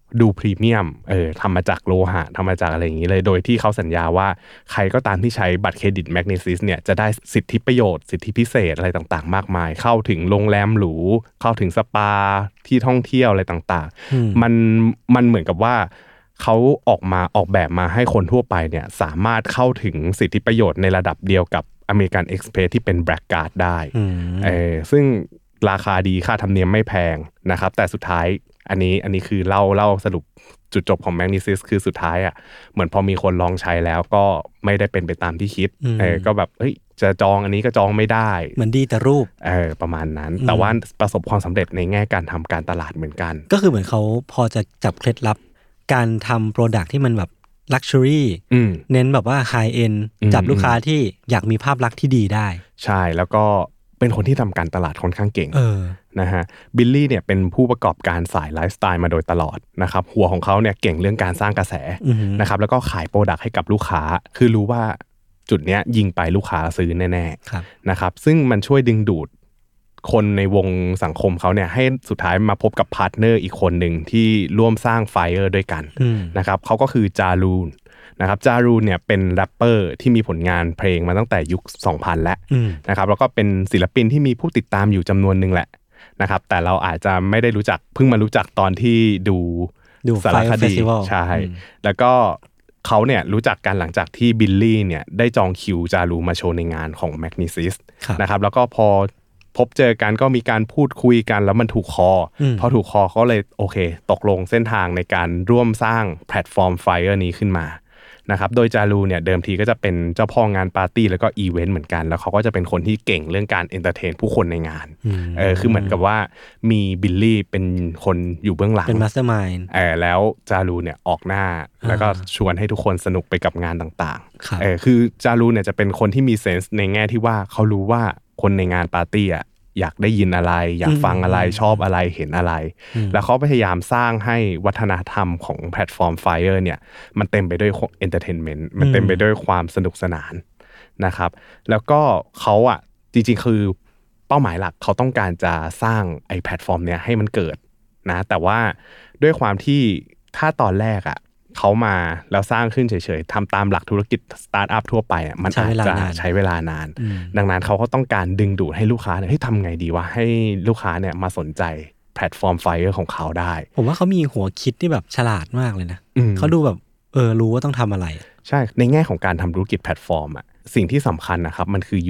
ดูพรีเมียมทำมาจากโลหะทำมาจากอะไรอย่างนี้เลยโดยที่เขาสัญญาว่าใครก็ตามที่ใช้บัตรเครดิต Magnesis เนี่ยจะได้สิทธิประโยชน์สิทธิพิเศษอะไรต่างๆมากมายเข้าถึงโรงแรมหรูเข้าถึงสปาที่ท่องเที่ยวอะไรต่างๆมันเหมือนกับว่าเขาออกแบบมาให้คนทั่วไปเนี่ยสามารถเข้าถึงสิทธิประโยชน์ในระดับเดียวกับอเมริกันเอ็กซ์เพรสที่เป็นแบล็กการ์ดได้ซึ่งราคาดีค่าธรรมเนียมไม่แพงนะครับแต่สุดท้ายอันนี้คือเล่าสรุปจุดจบของ Magnesis คือสุดท้ายอ่ะเหมือนพอมีคนลองใช้แล้วก็ไม่ได้เป็นไปตามที่คิดก็แบบเฮ้ยจะจองอันนี้ก็จองไม่ได้เหมือนดีแต่รูปประมาณนั้นแต่ว่าประสบความสำเร็จในแง่การทำการตลาดเหมือนกันก็คือเหมือนเขาพอจะจับเคล็ดลับการทำโปรดักต์ที่มันแบบLuxury เน้นแบบว่า High End จับลูกค้าที่อยากมีภาพลักษณ์ที่ดีได้ใช่แล้วก็เป็นคนที่ทำการตลาดค่อนข้างเก่งนะฮะบิลลี่เนี่ยเป็นผู้ประกอบการสายไลฟ์สไตล์มาโดยตลอดนะครับหัวของเขาเนี่ยเก่งเรื่องการสร้างกระแสนะครับแล้วก็ขายโปรดักต์ให้กับลูกค้าคือรู้ว่าจุดเนี้ยยิงไปลูกค้าซื้อแน่ๆนะครับซึ่งมันช่วยดึงดูดคนในวงสังคมเขาเนี่ยให้สุดท้ายมาพบกับพาร์ทเนอร์อีกคนหนึ่งที่ร่วมสร้างไฟเออร์ด้วยกันนะครับเขาก็คือจารูนนะครับจารูนเนี่ยเป็นแรปเปอร์ที่มีผลงานเพลงมาตั้งแต่ยุค 2000 แล้วนะครับแล้วก็เป็นศิลปินที่มีผู้ติดตามอยู่จำนวนนึงแหละนะครับแต่เราอาจจะไม่ได้รู้จักเพิ่งมารู้จักตอนที่ดูสารคดีใช่แล้วก็เขาเนี่ยรู้จักกันหลังจากที่บิลลี่เนี่ยได้จองคิวจารูมาโชว์ในงานของ Magnesis นะครับแล้วก็พอพบเจอกันก็มีการพูดคุยกันแล้วมันถูกคอพอถูกคอเขาเลยโอเคตกลงเส้นทางในการร่วมสร้างแพลตฟอร์ม Fire นี้ขึ้นมานะครับโดยจารูเนี่ยเดิมทีก็จะเป็นเจ้าพ่องานปาร์ตี้แล้วก็อีเวนต์เหมือนกันแล้วเขาก็จะเป็นคนที่เก่งเรื่องการเอนเตอร์เทนผู้คนในงานคือเหมือนกับว่ามีบิลลี่เป็นคนอยู่เบื้องหลังเป็นมาสเตอร์มายด์แล้วจารูเนี่ยออกหน้าแล้วก็ชวนให้ทุกคนสนุกไปกับงานต่างๆคือจารูเนี่ยจะเป็นคนที่มีเซนส์ในแง่ที่ว่าเขารู้ว่าคนในงานปาร์ตี้อ่ะอยากได้ยินอะไรอยากฟังอะไรชอบอะไรเห็นอะไรแล้วเขาพยายามสร้างให้วัฒนธรรมของแพลตฟอร์ม Fire เนี่ยมันเต็มไปด้วยเอนเตอร์เทนเมนต์มันเต็มไปด้วยความสนุกสนานนะครับแล้วก็เขาอ่ะจริงๆคือเป้าหมายหลักเขาต้องการจะสร้างไอ้แพลตฟอร์มเนี้ยให้มันเกิดนะแต่ว่าด้วยความที่ถ้าตอนแรกอ่ะเขามาแล้วสร้างขึ้นเฉยๆทำตามหลักธุรกิจสตาร์ทอัพทั่วไปอ่ะมันอาจจะใช้เวลานานดังนั้นเขาก็ต้องการดึงดูดให้ลูกค้าเนี่ยทำไงดีวะให้ลูกค้าเนี่ยมาสนใจแพลตฟอร์ม Fire ของเขาได้ผมว่าเขามีหัวคิดที่แบบฉลาดมากเลยนะเขาดูแบบรู้ว่าต้องทำอะไรใช่ในแง่ของการทำธุรกิจแพลตฟอร์มอ่ะสิ่งที่สำคัญนะครับมันคือ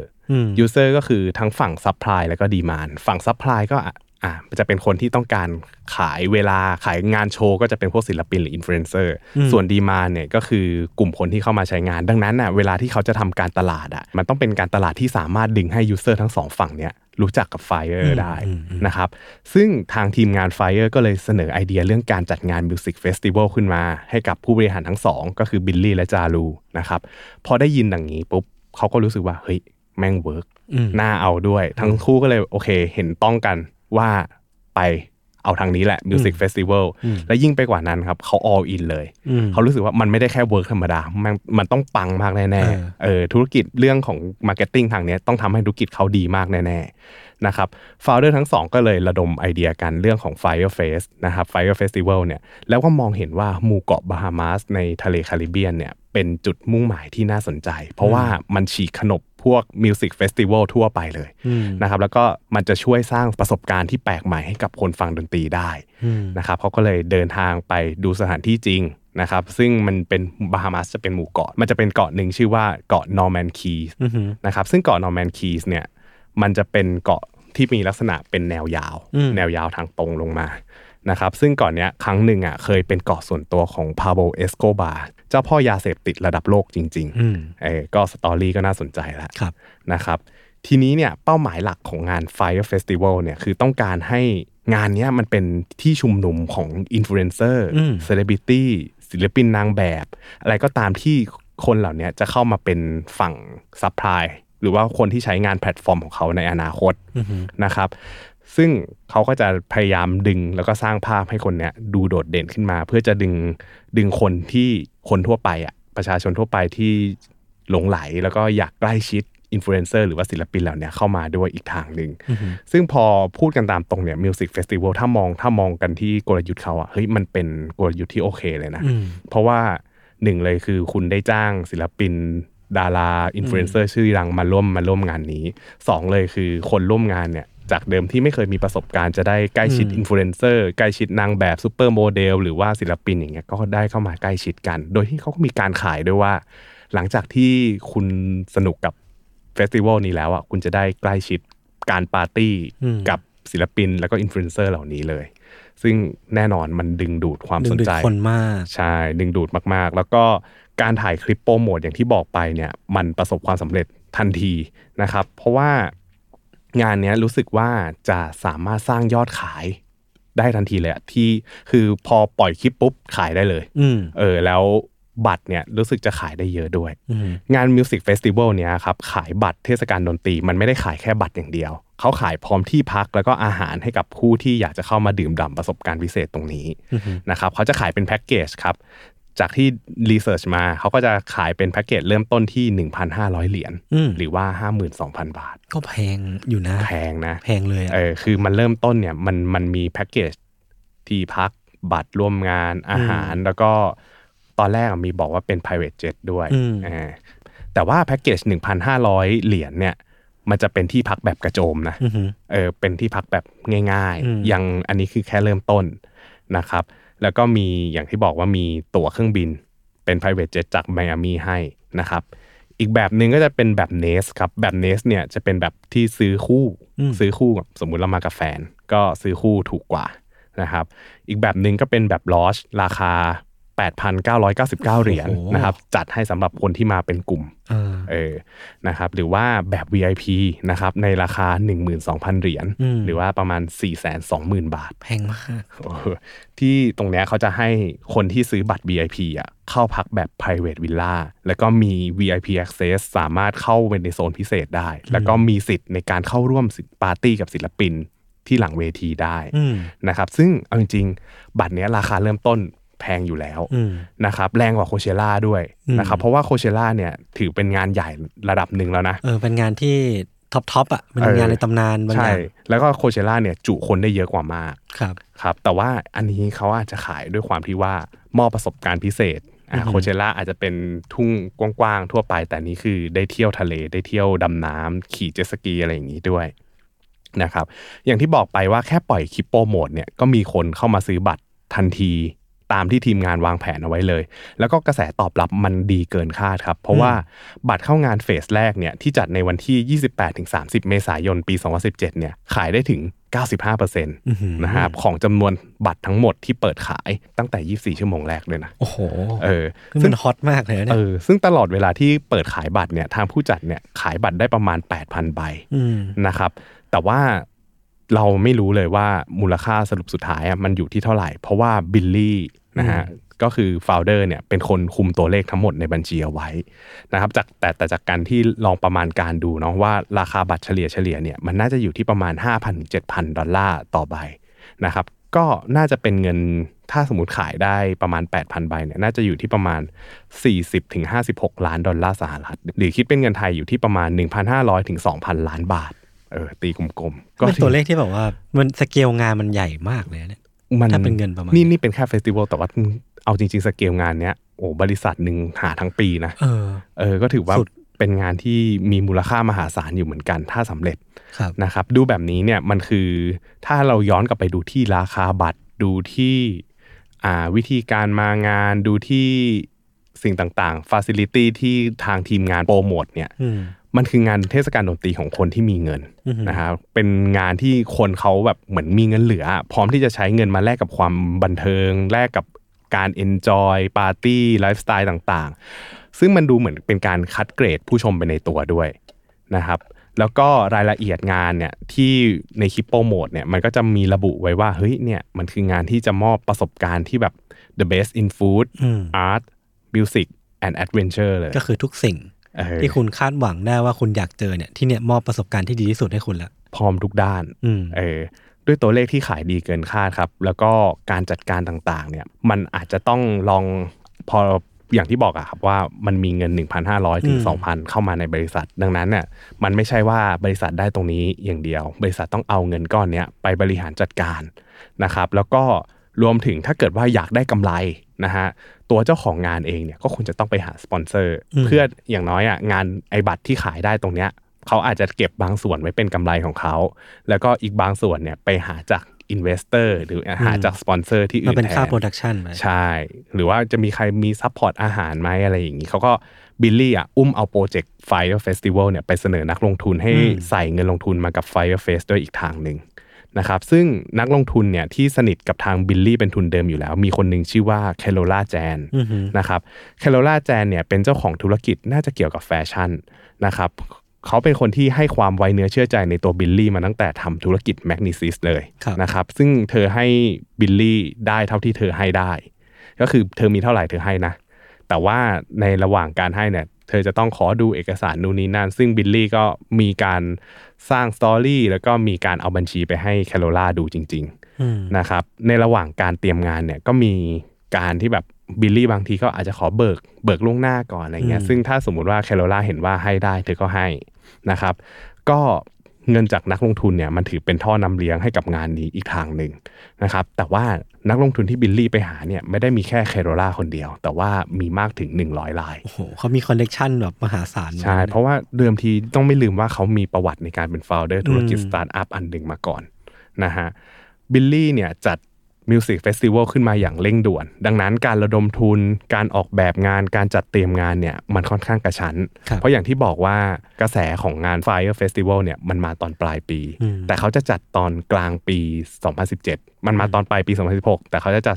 user ก็คือทั้งฝั่ง supply แล้วก็ demand ฝั่ง supply ก็จะเป็นคนที่ต้องการขายเวลาขายงานโชว์ก็จะเป็นพวกศิลปินหรืออินฟลูเอนเซอร์ส่วนดีมานด์เนี่ยก็คือกลุ่มคนที่เข้ามาใช้งานดังนั้นน่ะเวลาที่เขาจะทำการตลาดมันต้องเป็นการตลาดที่สามารถดึงให้ยูเซอร์ทั้งสองฝั่งเนี่ยรู้จักกับ Fire ได้นะครับซึ่งทางทีมงาน Fire ก็เลยเสนอไอเดียเรื่องการจัดงานมิวสิกเฟสติวัลขึ้นมาให้กับผู้บริหารทั้งสองก็คือบิลลี่และจารูนะครับพอได้ยินดังนี้ปุ๊บเขาก็รู้สึกว่าเฮ้ยแม่งเวิร์กน่าเอาด้วยทั้งคู่ก็เลยโอเคเห็นต้องกันว่าไปเอาทางนี้แหละมิวสิกเฟสติวัลและยิ่งไปกว่านั้นครับเขา all in เลยเขารู้สึกว่ามันไม่ได้แค่เวิร์กธรรมดามันต้องปังมากแน่ๆธุรกิจเรื่องของมาร์เก็ตติ้งทางนี้ต้องทำให้ธุรกิจเขาดีมากแน่ๆนะครับโฟลเดอร์ทั้งสองก็เลยระดมไอเดียกันเรื่องของ Fire Fest นะครับ Fire Festival เนี่ยแล้วก็มองเห็นว่าหมู่เกาะบาฮามาสในทะเลแคริบเบียนเนี่ยเป็นจุดมุ่งหมายที่น่าสนใจเพราะว่ามันฉีกขนบพวกมิวสิกเฟสติวัลทั่วไปเลยนะครับแล้วก็มันจะช่วยสร้างประสบการณ์ที่แปลกใหม่ให้กับคนฟังดนตรีได้นะครับเขาก็เลยเดินทางไปดูสถานที่จริงนะครับซึ่งมันเป็นบาฮามาสจะเป็นหมู่เกาะมันจะเป็นเกาะหนึ่งชื่อว่าเกาะนอร์แมนคีสนะครับซึ่งเกาะนอร์แมนคีสเนี่ยมันจะเป็นเกาะที่มีลักษณะเป็นแนวยาวทางตรงลงมานะครับซึ่งเกาะเนี้ยครั้งหนึ่งเคยเป็นเกาะส่วนตัวของพาโบเอสโกบาร์เจ้าพ่อยาเสพติดระดับโลกจริงๆก็สตอรี่ก็น่าสนใจแล้วนะครับทีนี้เนี่ยเป้าหมายหลักของงาน Fire Festival เนี่ยคือต้องการให้งานนี้มันเป็นที่ชุมนุมของอินฟลูเอนเซอร์เซเลบริตี้ศิลปินนางแบบอะไรก็ตามที่คนเหล่านี้จะเข้ามาเป็นฝั่งซัพพลายหรือว่าคนที่ใช้งานแพลตฟอร์มของเขาในอนาคตนะครับซึ่งเขาก็จะพยายามดึงแล้วก็สร้างภาพให้คนเนี้ยดูโดดเด่นขึ้นมาเพื่อจะดึงคนทั่วไปประชาชนทั่วไปที่หลงไหลแล้วก็อยากใกล้ชิดอินฟลูเอนเซอร์หรือว่าศิลปินเหล่านี้เข้ามาด้วยอีกทางนึงซึ่งพอพูดกันตามตรงเนี่ยมิวสิกเฟสติวัลถ้ามองกันที่กลยุทธ์เขาเฮ้ยมันเป็นกลยุทธ์ที่โอเคเลยนะเพราะว่าหนึ่งเลยคือคุณได้จ้างศิลปินดาราอินฟลูเอนเซอร์ชื่อดังมาร่วมงานนี้สองเลยคือคนร่วมงานเนี่ยจากเดิมที่ไม่เคยมีประสบการณ์จะได้ใกล้ชิดอินฟลูเอนเซอร์ใกล้ชิดนางแบบซูเปอร์โมเดลหรือว่าศิลปินอย่างเงี้ยก็ได้เข้ามาใกล้ชิดกันโดยที่เขาก็มีการขายด้วยว่าหลังจากที่คุณสนุกกับเฟสติวัลนี้แล้วคุณจะได้ใกล้ชิดการปาร์ตี้กับศิลปินแล้วก็อินฟลูเอนเซอร์เหล่านี้เลยซึ่งแน่นอนมันดึงดูดความสนใจคนมากใช่ดึงดูดมากๆแล้วก็การถ่ายคลิปโปรโมทอย่างที่บอกไปเนี่ยมันประสบความสำเร็จทันทีนะครับเพราะว่างานนี้รู้สึกว่าจะสามารถสร้างยอดขายได้ทันทีเลยที่คือพอปล่อยคลิปปุ๊บขายได้เลยแล้วบัตรเนี่ยรู้สึกจะขายได้เยอะด้วยงานมิวสิกเฟสติวัลเนี้ยครับขายบัตรเทศกาลดนตรีมันไม่ได้ขายแค่บัตรอย่างเดียวเขาขายพร้อมที่พักแล้วก็อาหารให้กับผู้ที่อยากจะเข้ามาดื่มด่ำประสบการณ์พิเศษตรงนี้นะครับเขาจะขายเป็นแพ็คเกจครับจากที่รีเสิร์ชมาเขาก็จะขายเป็นแพ็คเกจเริ่มต้นที่ 1,500 เหรียญหรือว่า 52,000 บาทก็แพงอยู่นะแพงนะแพงเลยคือมันเริ่มต้นเนี่ยมันมีแพ็คเกจที่พักบัตรร่วมงานอาหารแล้วก็ตอนแรกมีบอกว่าเป็น private jet ด้วยแต่ว่าแพ็คเกจ 1,500 เหรียญเนี่ยมันจะเป็นที่พักแบบกระโจมนะเป็นที่พักแบบง่ายๆยังอันนี้คือแค่เริ่มต้นนะครับแล้วก็มีอย่างที่บอกว่ามีตั๋วเครื่องบินเป็น private jet จากไมอามี่ให้นะครับอีกแบบนึงก็จะเป็นแบบ Nest ครับแบบ Nest เนี่ยจะเป็นแบบที่ซื้อคู่กับสมมุติเรามากับแฟนก็ซื้อคู่ถูกกว่านะครับอีกแบบนึงก็เป็นแบบ Lodge ราคา 8,999 เหรียญนะครับจัดให้สำหรับคนที่มาเป็นกลุ่มนะครับหรือว่าแบบ VIP นะครับในราคา 12,000 เหรียญหรือว่าประมาณ 420,000 บาทแพงมากที่ตรงเนี้ยเขาจะให้คนที่ซื้อบัตร VIP เข้าพักแบบ private villa แล้วก็มี VIP access สามารถเข้าไปในโซนพิเศษได้แล้วก็มีสิทธิ์ในการเข้าร่วมปาร์ตี้กับศิลปินที่หลังเวทีได้นะครับซึ่งเอาจริงๆบัตรเนี้ยราคาเริ่มต้นแพงอยู่แล้วนะครับแรงกว่าโคเชล่าด้วยนะครับเพราะว่าโคเชล่าเนี่ยถือเป็นงานใหญ่ระดับหนึ่งแล้วนะเป็นงานที่ท็อปเป็นงานในตำนานบางอย่างใช่แล้วก็โคเชล่าเนี่ยจุคนได้เยอะกว่ามากครับแต่ว่าอันนี้เขาอาจจะขายด้วยความที่ว่ามอบประสบการณ์พิเศษโคเชล่าอาจจะเป็นทุ่งกว้างๆทั่วไปแต่นี้คือได้เที่ยวทะเลได้เที่ยวดำน้ำขี่เจ็ตสกีอะไรอย่างนี้ด้วยนะครับอย่างที่บอกไปว่าแค่ปล่อยคลิปโปรโมทเนี่ยก็มีคนเข้ามาซื้อบัตรทันทีตามที่ทีมงานวางแผนเอาไว้เลยแล้วก็กระแสตอบรับมันดีเกินคาดครับเพราะว่าบัตรเข้างานเฟสแรกเนี่ยที่จัดในวันที่ 28-30 เมษายนปี 2017เนี่ยขายได้ถึง 95% นะครับของจำนวนบัตรทั้งหมดที่เปิดขายตั้งแต่24ชั่วโมงแรกเลยนะโอ้โหซึ่งฮอตมากเลยเนี่ยซึ่งตลอดเวลาที่เปิดขายบัตรเนี่ยทางผู้จัดเนี่ยขายบัตรได้ประมาณ 8,000 ใบนะครับแต่ว่าเราไม่รู้เลยว่ามูลค่าสรุปสุดท้ายมันอยู่ที่เท่าไหร่เพราะว่าบิลลี่นะฮะก็คือโฟลเดอร์เนี่ยเป็นคนคุมตัวเลขทั้งหมดในบัญชีเอาไว้นะครับแต่จากการที่ลองประมาณการดูเนาะว่าราคาบัตรเฉลี่ยเนี่ยมันน่าจะอยู่ที่ประมาณ $5,000-7,000 ต่อใบนะครับก็น่าจะเป็นเงินถ้าสมมุติขายได้ประมาณ 8,000 ใบเนี่ยน่าจะอยู่ที่ประมาณ $40-56 ล้านหรือคิดเป็นเงินไทยอยู่ที่ประมาณ 1,500-2,000 ล้านบาทตีกลมๆก็เป็นตัวเลขที่แบบว่ามันสเกลงานมันใหญ่มากเลยเนี่ยถ้าเป็นเงินประมาณนี่เป็นแค่เฟสติวัลแต่ว่าเอาจริงๆสเกลงานเนี้ยบริษัทนึงหาทั้งปีนะก็ถือว่าเป็นงานที่มีมูลค่ามหาศาลอยู่เหมือนกันถ้าสำเร็จนะครับดูแบบนี้เนี่ยมันคือถ้าเราย้อนกลับไปดูที่ราคาบัตรดูที่วิธีการมางานดูที่สิ่งต่างๆ facility ที่ทางทีมงานโปรโมทเนี่ยมันคืองานเทศกาลดนตรีของคนที่มีเงินนะครับเป็นงานที่คนเขาแบบเหมือนมีเงินเหลือพร้อมที่จะใช้เงินมาแลกกับความบันเทิงแลกกับการ enjoy ปาร์ตี้ไลฟ์สไตล์ต่างๆซึ่งมันดูเหมือนเป็นการคัดเกรดผู้ชมไปในตัวด้วยนะครับแล้วก็รายละเอียดงานเนี่ยที่ในคลิปโปรโมทเนี่ยมันก็จะมีระบุไว้ว่าเฮ้ยเนี่ยมันคืองานที่จะมอบประสบการณ์ที่แบบ the best in food art music and adventure เลยก็คือทุกสิ่งที่คุณคาดหวังได้ว่าคุณอยากเจอเนี่ยที่เนี่ยมอบประสบการณ์ที่ดีที่สุดให้คุณแล้วพร้อมทุกด้านด้วยตัวเลขที่ขายดีเกินคาดครับแล้วก็การจัดการต่างๆเนี่ยมันอาจจะต้องลองพออย่างที่บอกอะครับว่ามันมีเงิน 1,500 ถึง 2,000 เข้ามาในบริษัทดังนั้นเนี่ยมันไม่ใช่ว่าบริษัทได้ตรงนี้อย่างเดียวบริษัทต้องเอาเงินก้อนนี้ไปบริหารจัดการนะครับแล้วก็รวมถึงถ้าเกิดว่าอยากได้กำไรนะฮะตัวเจ้าของงานเองเนี่ยก็ควรจะต้องไปหาสปอนเซอร์เพื่ออย่างน้อยอ่ะงานไอ้บัตรที่ขายได้ตรงเนี้ยเขาอาจจะเก็บบางส่วนไว้เป็นกำไรของเขาแล้วก็อีกบางส่วนเนี่ยไปหาจากอินเวสเตอร์หรือหาจากสปอนเซอร์ที่อื่นแทนเป็นค่าโปรดักชันใช่หรือว่าจะมีใครมีซัพพอร์ตอาหารไหมอะไรอย่างนี้เขาก็บิลลี่อ่ะเอาโปรเจกต์ Fire Festival เนี่ยไปเสนอนักลงทุนให้ใส่เงินลงทุนมากับ Fire Fest ด้วยอีกทางนึงนะครับซึ่งนักลงทุนเนี่ยที่สนิทกับทางบิลลี่เป็นทุนเดิมอยู่แล้วมีคนหนึ่งชื่อว่าแคโรล่าแจนนะครับแคโรล่าแจนเนี่ยเป็นเจ้าของธุรกิจน่าจะเกี่ยวกับแฟชั่นนะครับเขาเป็นคนที่ให้ความไว้เนื้อเชื่อใจในตัวบิลลี่มาตั้งแต่ทำธุรกิจแมกนิซิสเลยนะครับซึ่งเธอให้บิลลี่ได้เท่าที่เธอให้ได้ก็คือเธอมีเท่าไหร่เธอให้นะแต่ว่าในระหว่างการให้เนี่ยเธอจะต้องขอดูเอกสารนู่นนี่นั่นซึ่งบิลลี่ก็มีการสร้างสตอรี่แล้วก็มีการเอาบัญชีไปให้แคโรล่าดูจริงๆนะครับในระหว่างการเตรียมงานเนี่ยก็มีการที่แบบบิลลี่บางทีก็อาจจะขอเบิกล่วงหน้าก่อนอะไรเงี้ยซึ่งถ้าสมมุติว่าแคโรล่าเห็นว่าให้ได้เธอก็ให้นะครับก็เงินจากนักลงทุนเนี่ยมันถือเป็นท่อนำเลี้ยงให้กับงานนี้อีกทางหนึ่งนะครับแต่ว่านักลงทุนที่บิลลี่ไปหาเนี่ยไม่ได้มีแค่แคโรล่าคนเดียวแต่ว่ามีมากถึง100รายโอ้โหเขามีคอนเนคชั่นแบบมหาศาลใช่เพราะว่าเดิมทีต้องไม่ลืมว่าเขามีประวัติในการเป็นโฟลเดอร์ธุรกิจสตาร์ทอัพอันหนึ่งมาก่อนนะฮะบิลลี่เนี่ยจัดมิวสิกเฟสติวัลขึ้นมาอย่างเร่งด่วนดังนั้นการระดมทุนการออกแบบงานการจัดเตรียมงานเนี่ยมันค่อนข้างกระชั้นเพราะอย่างที่บอกว่ากระแสของงาน Fire Festival เนี่ยมันมาตอนปลายปีแต่เขาจะจัดตอนกลางปี 2017มันมาตอนปลายปี 2016แต่เขาจะจัด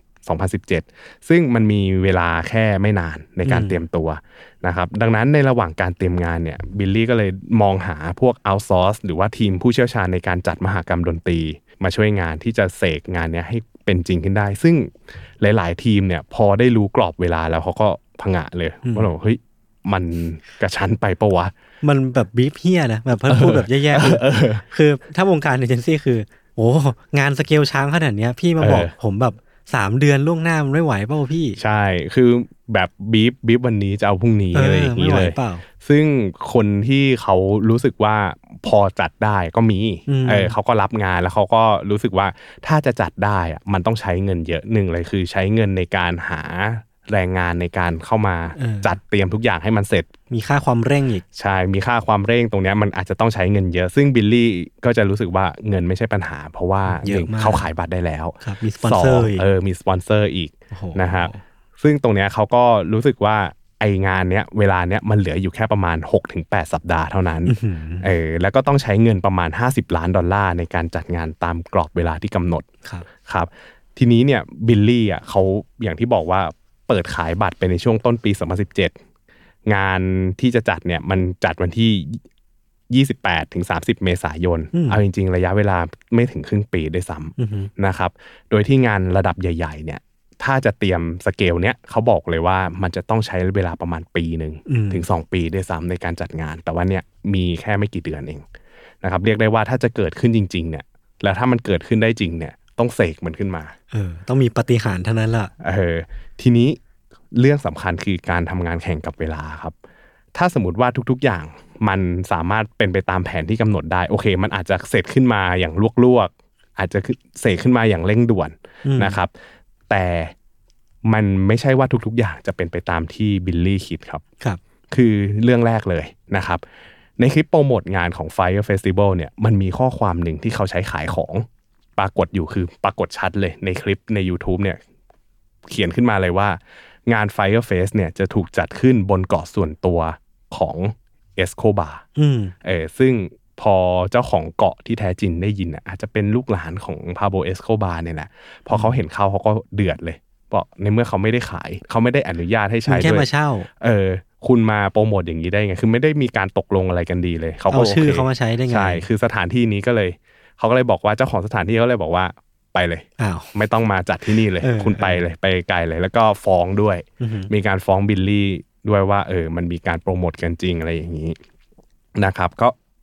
2017ซึ่งมันมีเวลาแค่ไม่นานในการเตรียมตัวนะครับดังนั้นในระหว่างการเตรียมงานเนี่ยบิลลี่ก็เลยมองหาพวกเอาท์ซอร์สหรือว่าทีมผู้เชี่ยวชาญในการจัดมหกรรมดนตรีมาช่วยงานที่จะเสกงานนี้ให้เป็นจริงขึ้นได้ซึ่งหลายๆทีมเนี่ยพอได้รู้กรอบเวลาแล้วเขาก็ผงะเลยว่าเราเฮ้ยมันกระชั้นไปปะวะมันแบบบีฟเฮียนะแบบพูดแบบแย่ๆคือถ้าวงการเอเจนซี่คือโอ้งานสเกลช้างขนาดนี้พี่มาบอกผมแบบ3 เดือนล่วงหน้ามันไม่ไหวเปล่าพี่ใช่คือแบบบีฟวันนี้จะเอาพรุ่งนี้อะไรอย่างนี้เลยซึ่งคนที่เขารู้สึกว่าพอจัดได้ก็มีเขาก็รับงานแล้วเขาก็รู้สึกว่าถ้าจะจัดได้อะมันต้องใช้เงินเยอะหนึ่งเลยคือใช้เงินในการหาแรงงานในการเข้ามาจัดเตรียมทุกอย่างให้มันเสร็จมีค่าความเร่งอีกใช่มีค่าความเร่งตรงนี้มันอาจจะต้องใช้เงินเยอะซึ่งบิลลี่ก็จะรู้สึกว่าเงินไม่ใช่ปัญหาเพราะว่าเขาขายบัตรได้แล้วมีสปอนเซอร์มีสปอนเซอร์อีกนะครับซึ่งตรงนี้เขาก็รู้สึกว่าไองานเนี้ยเวลาเนี้ยมันเหลืออยู่แค่ประมาณ 6-8 สัปดาห์เท่านั้นแล้วก็ต้องใช้เงินประมาณ$50 ล้านในการจัดงานตามกรอบเวลาที่กำหนดครับทีนี้เนี่ยบิลลี่อ่ะเขาอย่างที่บอกว่าเปิดขายบัตรไปในช่วงต้นปี2017งานที่จะจัดเนี่ยมันจัดวันที่28-30 เมษายนเอาจริงๆระยะเวลาไม่ถึงครึ่งปีด้วยซ้ำนะครับโดยที่งานระดับใหญ่ๆเนี่ยถ้าจะเตรียมสเกลเนี้ยเขาบอกเลยว่ามันจะต้องใช้เวลาประมาณปีนึงถึง2 ปีด้วยซ้ำในการจัดงานแต่ว่าเนี่ยมีแค่ไม่กี่เดือนเองนะครับเรียกได้ว่าถ้าจะเกิดขึ้นจริงๆเนี่ยแล้วถ้ามันเกิดขึ้นได้จริงเนี่ยต้องเสกมันขึ้นมาต้องมีปาฏิหาริย์เท่านั้นล่ะทีนี้เรื่องสำคัญคือการทำงานแข่งกับเวลาครับถ้าสมมติว่าทุกๆอย่างมันสามารถเป็นไปตามแผนที่กำหนดได้โอเคมันอาจจะเสร็จขึ้นมาอย่างลวกๆอาจจะเสร็จขึ้นมาอย่างเร่งด่วนนะครับแต่มันไม่ใช่ว่าทุกๆอย่างจะเป็นไปตามที่บิลลี่คิดครับคือเรื่องแรกเลยนะครับในคลิปโปรโมทงานของ Fire Festival เนี่ยมันมีข้อความหนึ่งที่เขาใช้ขายของปรากฏอยู่คือปรากฏชัดเลยในคลิปใน YouTube เนี่ยเขียนขึ้นมาเลยว่างาน Fire Fest เนี่ยจะถูกจัดขึ้นบนเกาะส่วนตัวของเอสโคบาร์ซึ่งพอเจ้าของเกาะที่แท้จริงได้ยินอาจจะเป็นลูกหลานของพาโบเอสโคบาร์เนี่ยแหละพอเขาเห็นเข้าเขาก็เดือดเลยบอกในเมื่อเขาไม่ได้ขายเขาไม่ได้อนุญาตให้ใช้ด้วยแค่มาเช่าคุณมาโปรโมทอย่างนี้ได้ไงคือไม่ได้มีการตกลงอะไรกันดีเลยเขาก็เอาชื่อเขามาใช้ได้ไงใช่คือสถานที่นี้ก็เลยเขาก็เลยบอกว่าเจ้าของสถานที่เขาเลยบอกว่าไปเลยไม่ต้องมาจัดที่นี่เลยคุณไปเลยไปไกลเลยแล้วก็ฟ้องด้วยมีการฟ้องบิลลี่ด้วยว่ามันมีการโปรโมทกันจริงอะไรอย่างนี้นะครับก็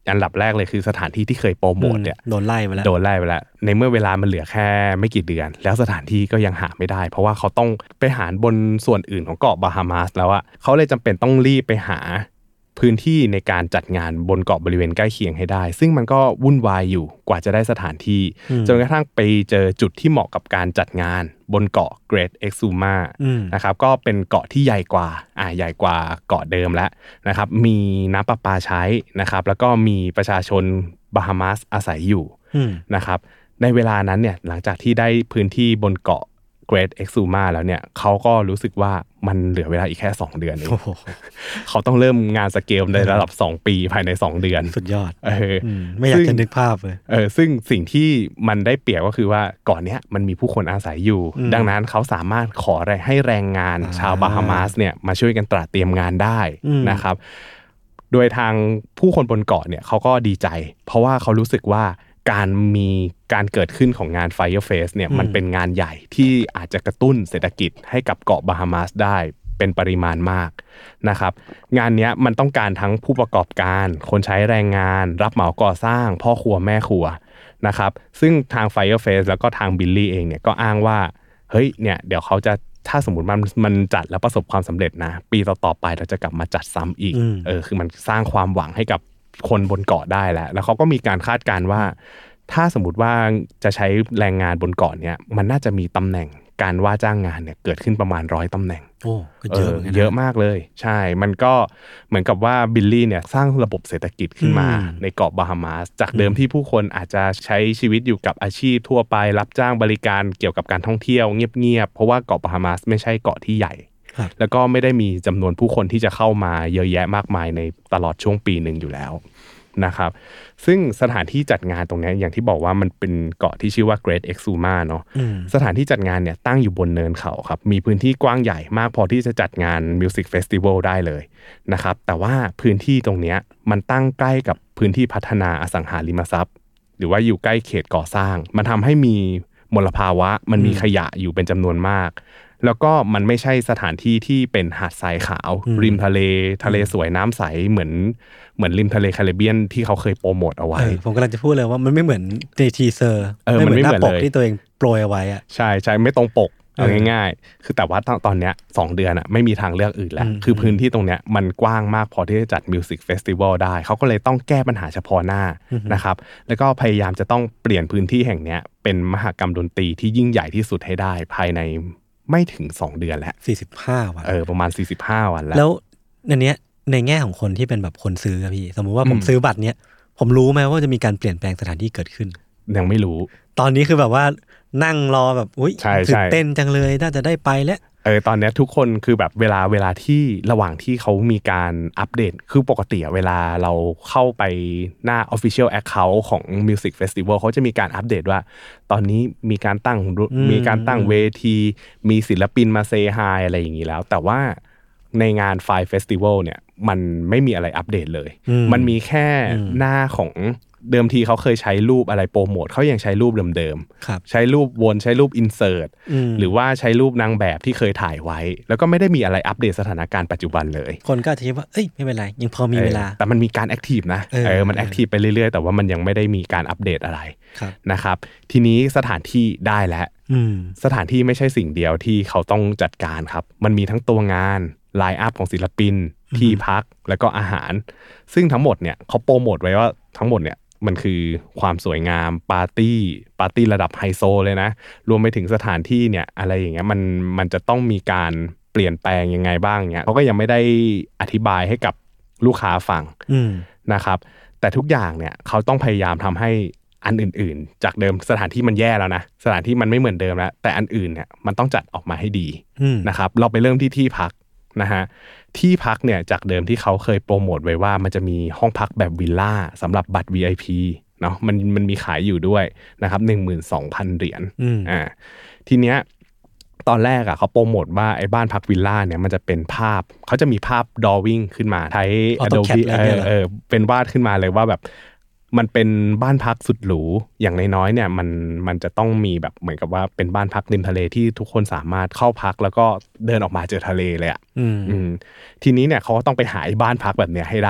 อันดับแรกเลยคือสถานที่ที่เคยโปรโมทเนี่ยโดนไล่ไปแล้วในเมื่อเวลามันเหลือแค่ไม่กี่เดือนแล้วสถานที่ก็ยังหาไม่ได้เพราะว่าเขาต้องไปหาบนส่วนอื่นของเกาะบาฮามาสแล้วอะเขาเลยจำเป็นต้องรีบไปหาพื้นที่ในการจัดงานบนเกาะบริเวณใกล้เคียงให้ได้ซึ่งมันก็วุ่นวายอยู่กว่าจะได้สถานที่จนกระทั่งไปเจอจุดที่เหมาะกับการจัดงานบนเกาะ Great Exuma นะครับก็เป็นเกาะที่ใหญ่กว่าเกาะเดิมแล้วนะครับมีน้ำประปาใช้นะครับแล้วก็มีประชาชนบาฮามาสอาศัยอยู่นะครับในเวลานั้นเนี่ยหลังจากที่ได้พื้นที่บนเกาะGreat Exuma แล้วเนี่ยเขาก็รู้สึกว่ามันเหลือเวลาอีกแค่2เดือนเอง เขาต้องเริ่มงานสเกลในระดับ2ปีภายใน2เดือนสุดยอดไม่อยากจะนึกภาพเลยซึ่งสิ่งที่มันได้เปรียบก็คือว่าก่อนเนี้ยมันมีผู้คนอาศัยอยู่ดังนั้นเขาสามารถขอให้แรงงานชาวบาฮามาสเนี่ยมาช่วยกันตระเตรียมงานได้นะครับโดยทางผู้คนบนเกาะเนี่ยเขาก็ดีใจเพราะว่าเขารู้สึกว่าการเกิดขึ้นของงาน Fire Fest เนี่ยมันเป็นงานใหญ่ที่อาจจะกระตุ้นเศรษฐกิจให้กับเกาะบาฮามาสได้เป็นปริมาณมากนะครับงานนี้มันต้องการทั้งผู้ประกอบการคนใช้แรงงานรับเหมาก่อสร้างพ่อครัวแม่ครัวนะครับซึ่งทาง Fire Fest แล้วก็ทางบิลลี่เองเนี่ยก็อ้างว่าเฮ้ยเนี่ยเดี๋ยวเขาจะถ้าสมมุติมันจัดแล้วประสบความสำเร็จนะปีต่อๆไปเราจะกลับมาจัดซ้ำอีกคือมันสร้างความหวังให้กับคนบนเกาะได้แล้วเขาก็มีการคาดการณ์ว่าถ้าสมมติว่าจะใช้แรงงานบนเกาะเนี่ยมันน่าจะมีตำแหน่งการว่าจ้างงานเนี่ยเกิดขึ้นประมาณ100ตำแหน่งโอ้ก็เยอะมากเลยใช่มันก็เหมือนกับว่าบิลลี่เนี่ยสร้างระบบเศรษฐกิจขึ้นมาในเกาะบาฮามาสจากเดิมที่ผู้คนอาจจะใช้ชีวิตอยู่กับอาชีพทั่วไปรับจ้างบริการเกี่ยวกับการท่องเที่ยวเงียบๆเพราะว่าเกาะบาฮามาสไม่ใช่เกาะที่ใหญ่แล้วก็ไม่ได้มีจำนวนผู้คนที่จะเข้ามาเยอะแยะมากมายในตลอดช่วงปีนึงอยู่แล้วนะครับซึ่งสถานที่จัดงานตรงนี้อย่างที่บอกว่ามันเป็นเกาะที่ชื่อว่า Great Exuma เนาะสถานที่จัดงานเนี่ยตั้งอยู่บนเนินเขาครับมีพื้นที่กว้างใหญ่มากพอที่จะจัดงาน Music Festival ได้เลยนะครับแต่ว่าพื้นที่ตรงนี้มันตั้งใกล้กับพื้นที่พัฒนาอสังหาริมทรัพย์หรือว่าอยู่ใกล้เขตก่อสร้างมันทำให้มีมลภาวะมันมีขยะอยู่เป็นจำนวนมากแล้วก็มันไม่ใช่สถานที่ที่เป็นหาดทรายขาวริมทะเลสวยน้ำใสเหมือนริมทะเลแคริบเบียนที่เขาเคยโปรโมทเอาไว้ผมกำลังจะพูดเลยว่ามันไม่เหมือนในทีเซอร์มันไม่เหมือนหน้าปกที่ตัวเองโปรยเอาไว้อะใช่ไม่ตรงปกเอาง่ายๆคือแต่ว่าตอนเนี้ย2เดือนอ่ะไม่มีทางเลือกอื่นแล้วคือพื้นที่ตรงเนี้ยมันกว้างมากพอที่จะจัดมิวสิกเฟสติวัลได้เขาก็เลยต้องแก้ปัญหาเฉพาะหน้านะครับแล้วก็พยายามจะต้องเปลี่ยนพื้นที่แห่งเนี้ยเป็นมหกรรมดนตรีที่ยิ่งใหญ่ที่สุดให้ได้ภายในไม่ถึง2เดือนแล้ว 45วันประมาณ45วันแล้วอันเนี้ยในแง่ของคนที่เป็นแบบคนซื้อครับพี่สมมุติว่าผมซื้อบัตรเนี้ยผมรู้ไหมว่าจะมีการเปลี่ยนแปลงสถานที่เกิดขึ้นยังไม่รู้ตอนนี้คือแบบว่านั่งรอแบบอุ๊ยตื่นเต้นจังเลยน่าจะได้ไปแล้วตอนนี้ทุกคนคือแบบเวลาที่ระหว่างที่เขามีการอัปเดตคือปกติเวลาเราเข้าไปหน้า Official Account ของ Music Festival เขาจะมีการอัปเดตว่าตอนนี้มีการตั้งเวทีมีศิลปินมาเซย์ไฮอะไรอย่างนี้แล้วแต่ว่าในงาน Fire Festival เนี่ยมันไม่มีอะไรอัปเดตเลยมันมีแค่หน้าของเดิมทีเขาเคยใช้รูปอะไรโปรโมทเขายังใช้รูปเดิมๆใช้รูปวนใช้รูปอินเสิร์ตหรือว่าใช้รูปนางแบบที่เคยถ่ายไว้แล้วก็ไม่ได้มีอะไรอัปเดตสถานการณ์ปัจจุบันเลยคนก็จะคิดว่าเอ้ยไม่เป็นไรยังพอมีเวลาแต่มันมีการแอคทีฟนะมันแอคทีฟไปเรื่อยๆแต่ว่ามันยังไม่ได้มีการอัปเดตอะไรนะครับทีนี้สถานที่ได้แล้วสถานที่ไม่ใช่สิ่งเดียวที่เขาต้องจัดการครับมันมีทั้งตัวงานไลน์อัพของศิลปินที่พักแล้วก็อาหารซึ่งทั้งหมดเนี่ยเขาโปรโมทไว้ว่าทั้งหมดเนี่ยมันคือความสวยงามปาร์ตี้ระดับไฮโซเลยนะรวมไปถึงสถานที่เนี่ยอะไรอย่างเงี้ยมันจะต้องมีการเปลี่ยนแปลงยังไงบ้างเนี่ยเขาก็ยังไม่ได้อธิบายให้กับลูกค้าฟังนะครับแต่ทุกอย่างเนี่ยเขาต้องพยายามทำให้อันอื่นๆจากเดิมสถานที่มันแย่แล้วนะสถานที่มันไม่เหมือนเดิมแล้วแต่อันอื่นเนี่ยมันต้องจัดออกมาให้ดีนะครับเราไปเริ่มที่พักนะฮะที่พักเนี่ยจากเดิมที่เขาเคยโปรโมทไว้ว่ามันจะมีห้องพักแบบวิลล่าสำหรับบัตร VIP เนาะมันมีขายอยู่ด้วยนะครับ 12,000 เหรียญทีเนี้ยตอนแรกอ่ะเขาโปรโมทว่าไอ้บ้านพักวิลล่าเนี่ยมันจะเป็นภาพเขาจะมีภาพ drawing ขึ้นมาใช้ Adobe เป็นวาดขึ้นมาเลยว่าแบบมันเป็นบ้านพักสุดหรูอย่างน้อยๆเนี่ยมันจะต้องมีแบบเหมือนกับว่าเป็นบ้านพักริมทะเลที่ทุกคนสามารถเข้าพักแล้วก็เดินออกมาเจอทะเลเลยอ่ะทีนี้เนี่ยเขาก็ต้องไปหาบ้านพักแบบเนี้ยให้ได้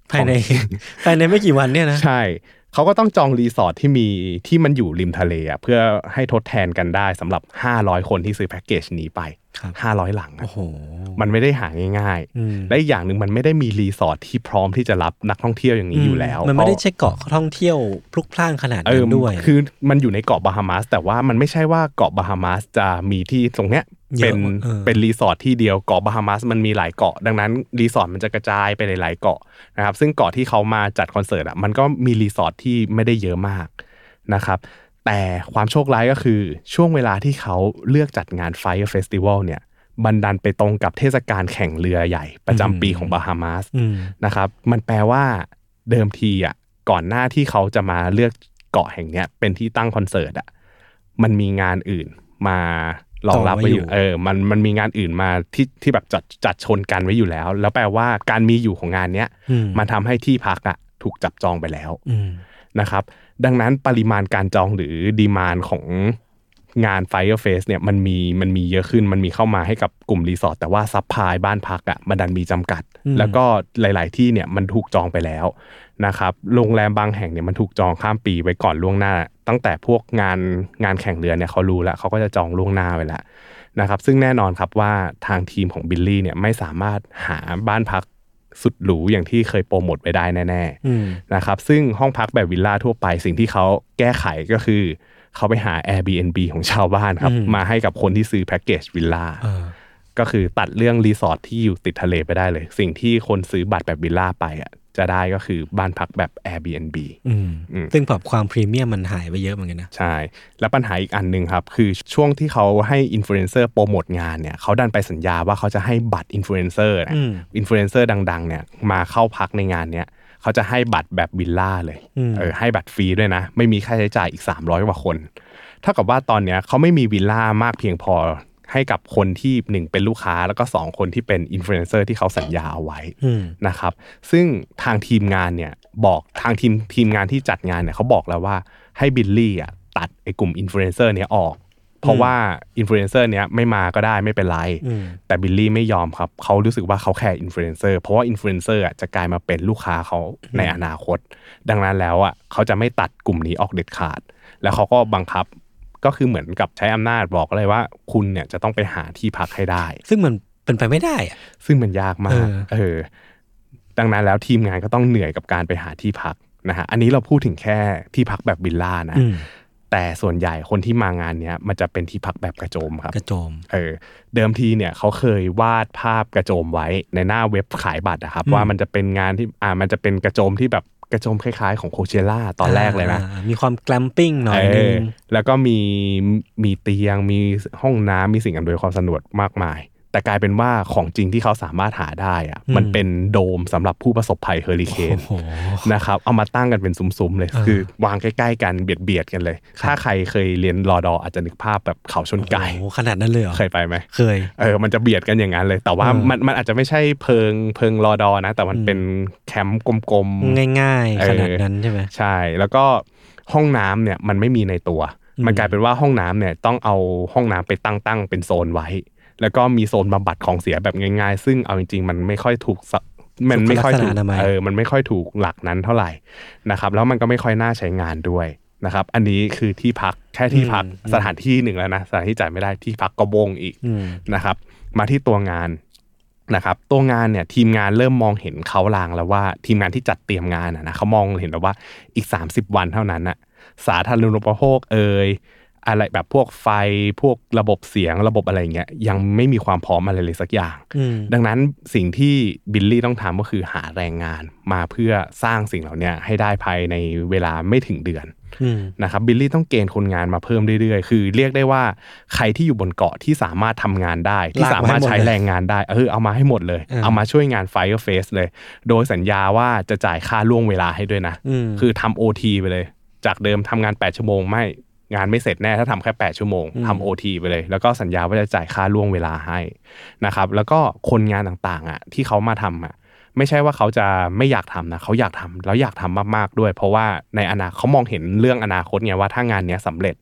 ภายในไม่กี่วันเนี่ยนะใช่เขาก็ต้องจองรีสอร์ทที่มันอยู่ริมทะเลอ่ะเพื่อให้ทดแทนกันได้สำหรับ500คนที่ซื้อแพ็กเกจนี้ไป500หลังโอ้โหมันไม่ได้หาง่ายๆและอีกอย่างนึงมันไม่ได้มีรีสอร์ทที่พร้อมที่จะรับนักท่องเที่ยวอย่างนี้อยู่แล้วมันไม่ได้ใช่เกาะท่องเที่ยวพลุกพล่านขนาดนั้นด้วยคือมันอยู่ในเกาะบาฮามาสแต่ว่ามันไม่ใช่ว่าเกาะบาฮามาสจะมีที่ตรงเนี้ยเป็นรีสอร์ทที่เดียวเกาะบาฮามาสมันมีหลายเกาะดังนั้นรีสอร์ทมันจะกระจายไปหลายๆเกาะนะครับซึ่งเกาะที่เขามาจัดคอนเสิร์ตอ่ะมันก็มีรีสอร์ทที่ไม่ได้เยอะมากนะครับแต่ความโชคร้ายก็คือช่วงเวลาที่เขาเลือกจัดงาน Fire Festival เนี่ยบันดันไปตรงกับเทศกาลแข่งเรือใหญ่ประจำปีของบาฮามาสนะครับมันแปลว่าเดิมทีอ่ะก่อนหน้าที่เขาจะมาเลือกเกาะแห่งเนี้ยเป็นที่ตั้งคอนเสิร์ตอ่ะมันมีงานอื่นมารองรับไว้อยู่มันมีงานอื่นมาที่แบบจัดชนกันไว้อยู่แล้วแปลว่าการมีอยู่ของงานเนี้ยมันทำให้ที่พักอ่ะถูกจับจองไปแล้วนะครับดังนั้นปริมาณการจองหรือดีมานด์ของงาน Fire Fest เนี่ยมันมีเยอะขึ้นมันมีเข้ามาให้กับกลุ่มรีสอร์ทแต่ว่าซัพพลายบ้านพักอ่ะมันดันมีจำกัดแล้วก็หลายๆที่เนี่ยมันถูกจองไปแล้วนะครับโรงแรมบางแห่งเนี่ยมันถูกจองข้ามปีไว้ก่อนล่วงหน้าตั้งแต่พวกงานแข่งเรือเนี่ยเขารู้แล้วเขาก็จะจองล่วงหน้าไว้แล้วนะครับซึ่งแน่นอนครับว่าทางทีมของบิลลี่เนี่ยไม่สามารถหาบ้านพักสุดหรูอย่างที่เคยโปรโมทไว้ได้แน่ๆนะครับซึ่งห้องพักแบบวิลล่าทั่วไปสิ่งที่เขาแก้ไขก็คือเขาไปหา Airbnb ของชาวบ้านครับมาให้กับคนที่ซื้อแพ็กเกจวิลล่าก็คือตัดเรื่องรีสอร์ทที่อยู่ติดทะเลไปได้เลยสิ่งที่คนซื้อบัตรแบบวิลล่าไปอ่ะจะได้ก็คือบ้านพักแบบ Airbnb ซึ่งแบบความพรีเมียมมันหายไปเยอะเหมือนกันนะใช่แล้วปัญหาอีกอันนึงครับคือช่วงที่เขาให้อินฟลูเอนเซอร์โปรโมทงานเนี่ยเขาดันไปสัญญาว่าเขาจะให้บัตรอินฟลูเอนเซอร์นะอินฟลูเอนเซอร์ดังๆเนี่ยมาเข้าพักในงานเนี้ยเขาจะให้บัตรแบบวิลล่าเลยให้บัตรฟรีด้วยนะไม่มีค่าใช้จ่ายอีก300กว่าคนเท่ากับว่าตอนเนี้ยเขาไม่มีวิลล่ามากเพียงพอให้กับคนที่1เป็นลูกค้าแล้วก็2คนที่เป็นอินฟลูเอนเซอร์ที่เขาสัญญาเอาไว้นะครับซึ่งทางทีมงานเนี่ยบอกทางทีมงานที่จัดงานเนี่ยเขาบอกแล้วว่าให้บิลลี่อ่ะตัดไอ้กลุ่มอินฟลูเอนเซอร์เนี้ยออกเพราะว่าอินฟลูเอนเซอร์เนี้ยไม่มาก็ได้ไม่เป็นไรแต่บิลลี่ไม่ยอมครับเขารู้สึกว่าเขาแคร์อินฟลูเอนเซอร์เพราะว่าอินฟลูเอนเซอร์อ่ะจะกลายมาเป็นลูกค้าเขาในอนาคตดังนั้นแล้วอ่ะเขาจะไม่ตัดกลุ่มนี้ออกเด็ดขาดแล้วเขาก็บังคับก็คือเหมือนกับใช้อำนาจบอกเลยว่าคุณเนี่ยจะต้องไปหาที่พักให้ได้ซึ่งมันเป็นไปไม่ได้อะซึ่งมันยากมากดังนั้นแล้วทีมงานก็ต้องเหนื่อยกับการไปหาที่พักนะฮะอันนี้เราพูดถึงแค่ที่พักแบบวิลล่านะแต่ส่วนใหญ่คนที่มางานเนี้ยมันจะเป็นที่พักแบบกระโจมครับกระโจมเดิมทีเนี่ยเขาเคยวาดภาพกระโจมไว้ในหน้าเว็บขายบัตรนะครับว่ามันจะเป็นงานที่มันจะเป็นกระโจมที่แบบกระโจมคล้ายๆของโคเชล่าตอนแรกเลยนะมีความแกลมปิ้งหน่อยนึงแล้วก็มีเตียงมีห้องน้ำมีสิ่งอำนวยความสะดวกมากมายแต่กลายเป็นว่าของจริงที่เขาสามารถหาได้อะมันเป็นโดมสำหรับผู้ประสบภัยเฮอริเคนนะครับเอามาตั้งกันเป็นซุ้มๆเลยคือวางใกล้ๆกันเบียดกันเลยถ้าใครเคยเรียนรอดออาจจะนึกภาพแบบเขาชนไก่ขนาดนั้นเลยเหรอเคยไปไหมเคยมันจะเบียดกันอย่างนั้นเลยแต่ว่ามันอาจจะไม่ใช่เพิงรอดอนะแต่มันเป็นแคมป์กลมๆง่ายๆขนาดนั้นใช่ไหมใช่แล้วก็ห้องน้ำเนี่ยมันไม่มีในตัวมันกลายเป็นว่าห้องน้ำเนี่ยต้องเอาห้องน้ำไปตั้งเป็นโซนไว้แล้วก็มีโซนบำบัดของเสียแบบง่ายๆซึ่งเอาจริงๆมันไม่ค่อยถูกมันไม่ค่อยถูกมันไม่ค่อยถูกหลักนั้นเท่าไหร่นะครับแล้วมันก็ไม่ค่อยน่าใช้งานด้วยนะครับอันนี้คือที่พักแค่ที่พักสถานที่หนึ่งแล้วนะสถานที่จ่ายไม่ได้ที่พักก็บงอีกนะครับมาที่ตัวงานนะครับตัวงานเนี่ยทีมงานเริ่มมองเห็นเขาลางแล้วว่าทีมงานที่จัดเตรียมงานนะเขามองเห็นแล้วว่าอีก30วันเท่านั้นน่ะสาธารณูปโภคอะไรแบบพวกไฟพวกระบบเสียงระบบอะไรเงี้ยยังไม่มีความพร้อมอะไรเลยสักอย่างดังนั้นสิ่งที่บิลลี่ต้องทำก็คือหาแรงงานมาเพื่อสร้างสิ่งเหล่านี้ให้ได้ภายในเวลาไม่ถึงเดือนนะครับบิลลี่ต้องเกณฑ์คนงานมาเพิ่มเรื่อยๆคือเรียกได้ว่าใครที่อยู่บนเกาะที่สามารถทำงานได้ที่สามารถใช้แรงงานได้เอามาให้หมดเลยเอามาช่วยงาน Fire Fest เลยโดยสัญญาว่าจะจ่ายค่าล่วงเวลาให้ด้วยนะคือทำ OT ไปเลยจากเดิมทำงาน8ชั่วโมงไม่งานไม่เสร็จแน่ถ้าทำแค่8ชั่วโมงทำ OT ไปเลยแล้วก็สัญญาว่าจะจ่ายค่าล่วงเวลาให้นะครับแล้วก็คนงานต่างๆที่เขามาทำไม่ใช่ว่าเขาจะไม่อยากทำนะเขาอยากทำแล้วอยากทำมากๆด้วยเพราะว่าในอนาคตเขามองเห็นเรื่องอนาคตไงว่าถ้างานนี้สำเร็จ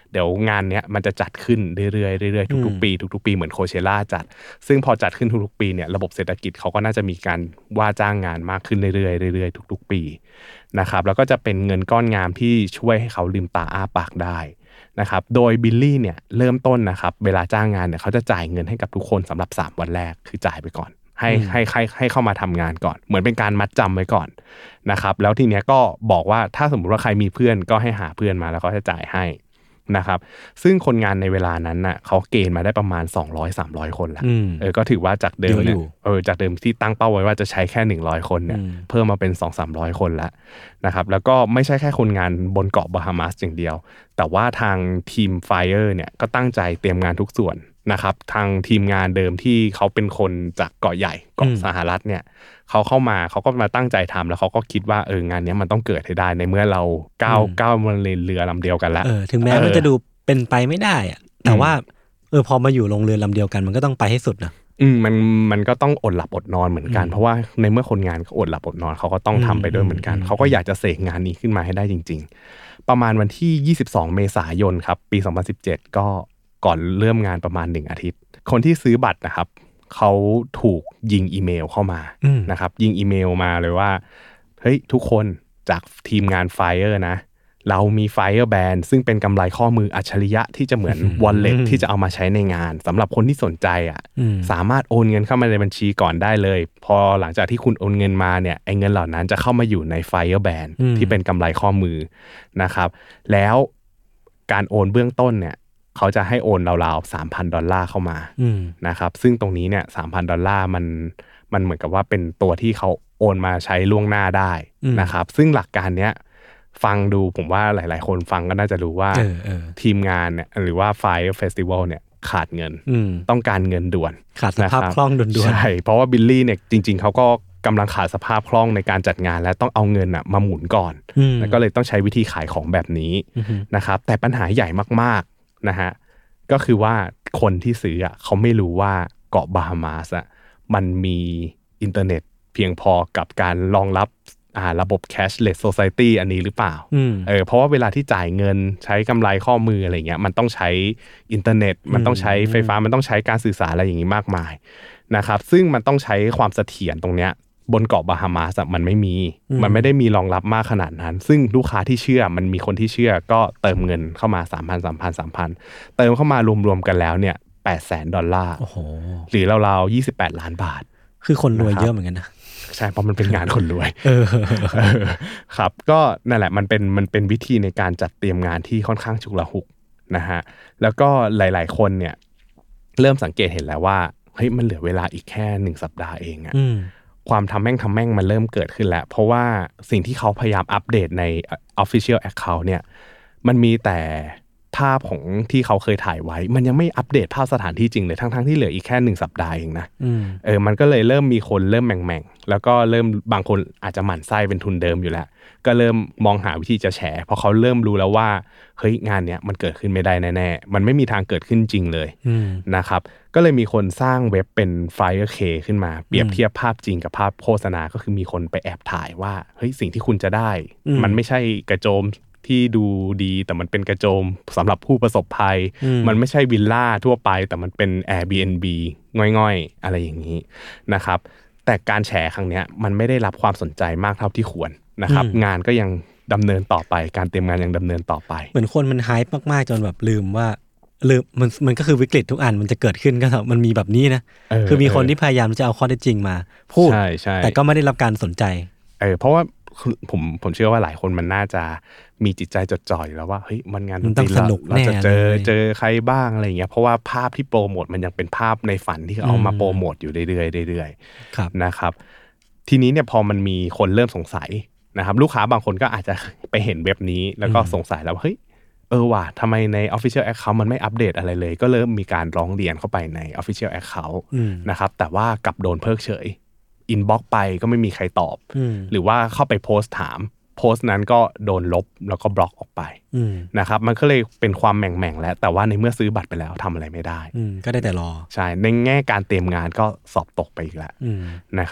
เดี๋ยวงานเนี้ยมันจะจัดขึ้นเรื่อยๆเรื่อยๆทุกๆปีทุกๆปีเหมือนโคเชล่าจัดซึ่งพอจัดขึ้นทุกๆปีเนี่ยระบบเศรษฐกิจเขาก็น่าจะมีการว่าจ้างงานมากขึ้นเรื่อยๆเรื่อยๆทุกๆปีนะครับแล้วก็จะเป็นเงินก้อนงามที่ช่วยให้เขาลืมตาอ้าปากได้นะครับโดยบิลลี่เนี่ยเริ่มต้นนะครับเวลาจ้างงานเนี่ยเขาจะจ่ายเงินให้กับทุกคนสำหรับ3วันแรกคือจ่ายไปก่อนให้เข้ามาทำงานก่อนเหมือนเป็นการมัดจำไว้ก่อนนะครับแล้วทีเนี้ยก็บอกว่าถ้าสมมุติว่าใครมีเพื่อนก็ให้หาเพื่อนมาแล้วก็จะจ่ายให้นะครับซึ่งคนงานในเวลานั้นน่ะเขาเกณฑ์มาได้ประมาณ 200-300 คนละก็ถือว่าจากเดิมเนี่ยจากเดิมที่ตั้งเป้าไว้ว่าจะใช้แค่100คนเนี่ยเพิ่มมาเป็น 200-300 คนละนะครับแล้วก็ไม่ใช่แค่คนงานบนเกาะบาฮามาสอย่างเดียวแต่ว่าทางทีม Fire เนี่ยก็ตั้งใจเตรียมงานทุกส่วนนะครับทางทีมงานเดิมที่เขาเป็นคนจากเกาะใหญ่เกาะสหรัฐเนี่ยเขาเข้ามาเขาก็มาตั้งใจทำแล้วเขาก็คิดว่างานนี้มันต้องเกิดให้ได้ในเมื่อเราก้าวมาในเรือลำเดียวกันแล้วถึงแม้มันจะดูเป็นไปไม่ได้อะแต่ว่าพอมาอยู่ลงเรือลำเดียวกันมันก็ต้องไปให้สุดนะมันก็ต้องอดหลับอดนอนเหมือนกันเพราะว่าในเมื่อคนงานก็อดหลับอดนอนเขาก็ต้องทำไปด้วยเหมือนกันเขาก็อยากจะเสกงานนี้ขึ้นมาให้ได้จริงๆประมาณวันที่22เมษายนครับปี2017ก็ก่อนเริ่มงานประมาณ1อาทิตย์คนที่ซื้อบัตรนะครับเขาถูกยิงอีเมลเข้ามานะครับยิงอีเมลมาเลยว่าเฮ้ยทุกคนจากทีมงาน Fire นะเรามี Fire Band ซึ่งเป็นกำไรข้อมืออัจฉริยะที่จะเหมือน wallet ที่จะเอามาใช้ในงานสำหรับคนที่สนใจสามารถโอนเงินเข้ามาในบัญชีก่อนได้เลยพอหลังจากที่คุณโอนเงินมาเนี่ยไอ้เงินเหล่านั้นจะเข้ามาอยู่ใน Fire Band ที่เป็นกำไรข้อมือนะครับแล้วการโอนเบื้องต้นเนี่ยเขาจะให้โอนราวๆ $3,000 เข้ามานะครับซึ่งตรงนี้เนี่ย $3,000 มันเหมือนกับว่าเป็นตัวที่เขาโอนมาใช้ล่วงหน้าได้นะครับซึ่งหลักการเนี้ยฟังดูผมว่าหลายๆคนฟังก็น่าจะรู้ว่าทีมงานเนี่ยหรือว่า Fire Festival เนี่ยขาดเงินต้องการเงินด่วนขาดสภาพคล่องด่วนๆใช่เพราะว่าบิลลี่เนี่ยจริงๆเขาก็กำลังขาดสภาพคล่องในการจัดงานและต้องเอาเงินมาหมุนก่อนแล้วก็เลยต้องใช้วิธีขายของแบบนี้นะครับแต่ปัญหาใหญ่มากๆนะฮะก็คือว่าคนที่ซื้อเขาไม่รู้ว่าเกาะบาฮามาสมันมีอินเทอร์เน็ตเพียงพอกับการรองรับระบบ cashless society อันนี้หรือเปล่าเพราะว่าเวลาที่จ่ายเงินใช้กำไรข้อมืออะไรเงี้ยมันต้องใช้อินเทอร์เน็ตมันต้องใช้ไฟฟ้ามันต้องใช้การสื่อสารอะไรอย่างงี้มากมายนะครับซึ่งมันต้องใช้ความเสถียรตรงเนี้ยบนเกาะบาฮามาสมันไม่ได้มีรองรับมากขนาดนั้นซึ่งลูกค้าที่เชื่อมันมีคนที่เชื่อก็เติมเงินเข้ามา 3,000 เติมเข้ามารวมๆกันแล้วเนี่ย$800,000 โอ้โหหรือราวๆ28 ล้านบาทคือคนรวยเยอะเหมือนกันนะใช่เพราะมันเป็นงานคนรวยครับก็นั่นแหละมันเป็นวิธีในการจัดเตรียมงานที่ค่อนข้างฉุกละหุกนะฮะแล้วก็หลายๆคนเนี่ยเริ่มสังเกตเห็นแล้วว่าเฮ้ยมันเหลือเวลาอีกแค่1สัปดาห์เองความทำแม่งมันเริ่มเกิดขึ้นแล้วเพราะว่าสิ่งที่เขาพยายามอัปเดตใน Official Account เนี่ยมันมีแต่ภาพของที่เขาเคยถ่ายไว้มันยังไม่อัปเดตภาพสถานที่จริงเลยทั้งที่เหลืออีกแค่1สัปดาห์เองนะมันก็เลยเริ่มมีคนเริ่มแม่งแล้วก็เริ่มบางคนอาจจะหมั่นไส้เป็นทุนเดิมอยู่แล้วก็เริ่มมองหาวิธีจะแฉเพราะเขาเริ่มรู้แล้วว่าเฮ้ยงานเนี้ยมันเกิดขึ้นไม่ได้แน่ๆมันไม่มีทางเกิดขึ้นจริงเลยนะครับก็เลยมีคนสร้างเว็บเป็น Fire K ขึ้นมาเปรียบเทียบภาพจริงกับภาพโฆษณาก็คือมีคนไปแอบถ่ายว่าเฮ้ยสิ่งที่คุณจะได้มันไม่ใช่กระโจมที่ดูดีแต่มันเป็นกระโจมสำหรับผู้ประสบภัยมันไม่ใช่วิลล่าทั่วไปแต่มันเป็น Airbnb ง่อยๆอะไรอย่างนี้นะครับแต่การแฉครั้งนี้มันไม่ได้รับความสนใจมากเท่าที่ควรนะครับงานก็ยังดำเนินต่อไปการเตรียมงานยังดำเนินต่อไปเหมือนคนมันไฮป์มากๆจนแบบลืมมันก็คือวิกฤตทุกอันมันจะเกิดขึ้นก็มันมีแบบนี้นะคือมีคนที่พยายามจะเอาข้อเท็จจริงมาพูดแต่ก็ไม่ได้รับการสนใจเพราะว่าผมเชื่อว่าหลายคนมันน่าจะมีจิตใจจดจ่ออยู่แล้วว่าเฮ้ยมันงานต้องสนุกเราจะเจอใครบ้างอะไรอย่างเงี้ยเพราะว่าภาพที่โปรโมทมันยังเป็นภาพในฝันที่เอามาโปรโมทอยู่เรื่อยๆนะครับทีนี้เนี่ยพอมันมีคนเริ่มสงสัยนะครับลูกค้าบางคนก็อาจจะไปเห็นเว็บนี้แล้วก็สงสัยแล้วเฮ้ยว่ะทำไมใน Official Account มันไม่อัปเดตอะไรเลยก็เริ่มมีการร้องเรียนเข้าไปใน Official Account นะครับแต่ว่ากลับโดนเพิกเฉยอินบ็อกซ์ไปก็ไม่มีใครตอบหรือว่าเข้าไปโพสต์ถามโพสต์นั้นก็โดนลบแล้วก็บล็อกออกไปนะครับมันก็เลยเป็นความแหม่งแล้วแต่ว่าในเมื่อซื้อบัตรไปแล้วทำอะไรไม่ได้ก็ได้แต่รอใช่ในแง่การเตรียมงานก็สอบตกไปอีกแล้วนะครับ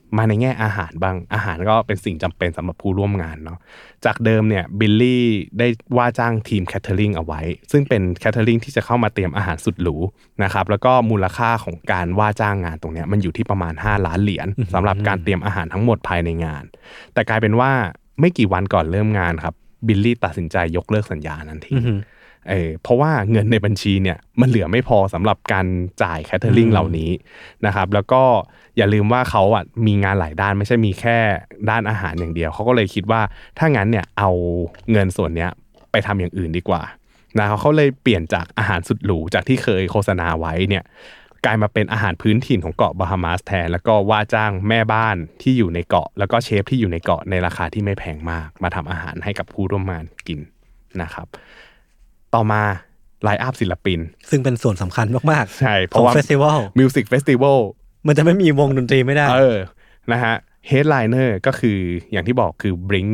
มาในแง่อาหารบ้างอาหารก็เป็นสิ่งจำเป็นสำหรับผู้ร่วมงานเนาะจากเดิมเนี่ยบิลลี่ได้ว่าจ้างทีมแคทเทอริงเอาไว้ซึ่งเป็นแคทเทอริงที่จะเข้ามาเตรียมอาหารสุดหรูนะครับแล้วก็มูลค่าของการว่าจ้างงานตรงนี้มันอยู่ที่ประมาณ5 ล้านเหรียญสำหรับการเตรียมอาหารทั้งหมดภายในงานแต่กลายเป็นว่าไม่กี่วันก่อนเริ่มงานครับบิลลี่ตัดสินใจยกเลิกสัญญานั้นทิ้งเพราะว่าเงินในบัญชีเนี่ยมันเหลือไม่พอสำหรับการจ่ายแคทเทอริงเหล่านี้นะครับแล้วก็อย่าลืมว่าเขาอ่ะมีงานหลายด้านไม่ใช่มีแค่ด้านอาหารอย่างเดียวเขาก็เลยคิดว่าถ้างั้นเนี่ยเอาเงินส่วนเนี้ยไปทำอย่างอื่นดีกว่านะเขาเลยเปลี่ยนจากอาหารสุดหรูจากที่เคยโฆษณาไว้เนี่ยกลายมาเป็นอาหารพื้นถิ่นของเกาะบาฮามาสแทนแล้วก็ว่าจ้างแม่บ้านที่อยู่ในเกาะแล้วก็เชฟที่อยู่ในเกาะในราคาที่ไม่แพงมากมาทำอาหารให้กับผู้ร่วมงานกินนะครับต่อมาไลน์อัพศิลปินซึ่งเป็นส่วนสำคัญมากๆใช่เพราะว่าเฟสติวัลมิวสิกเฟสติวัลมันจะไม่มีวงดนตรีไม่ได้นะฮะเฮดไลเนอร์ก็คืออย่างที่บอกคือ Blink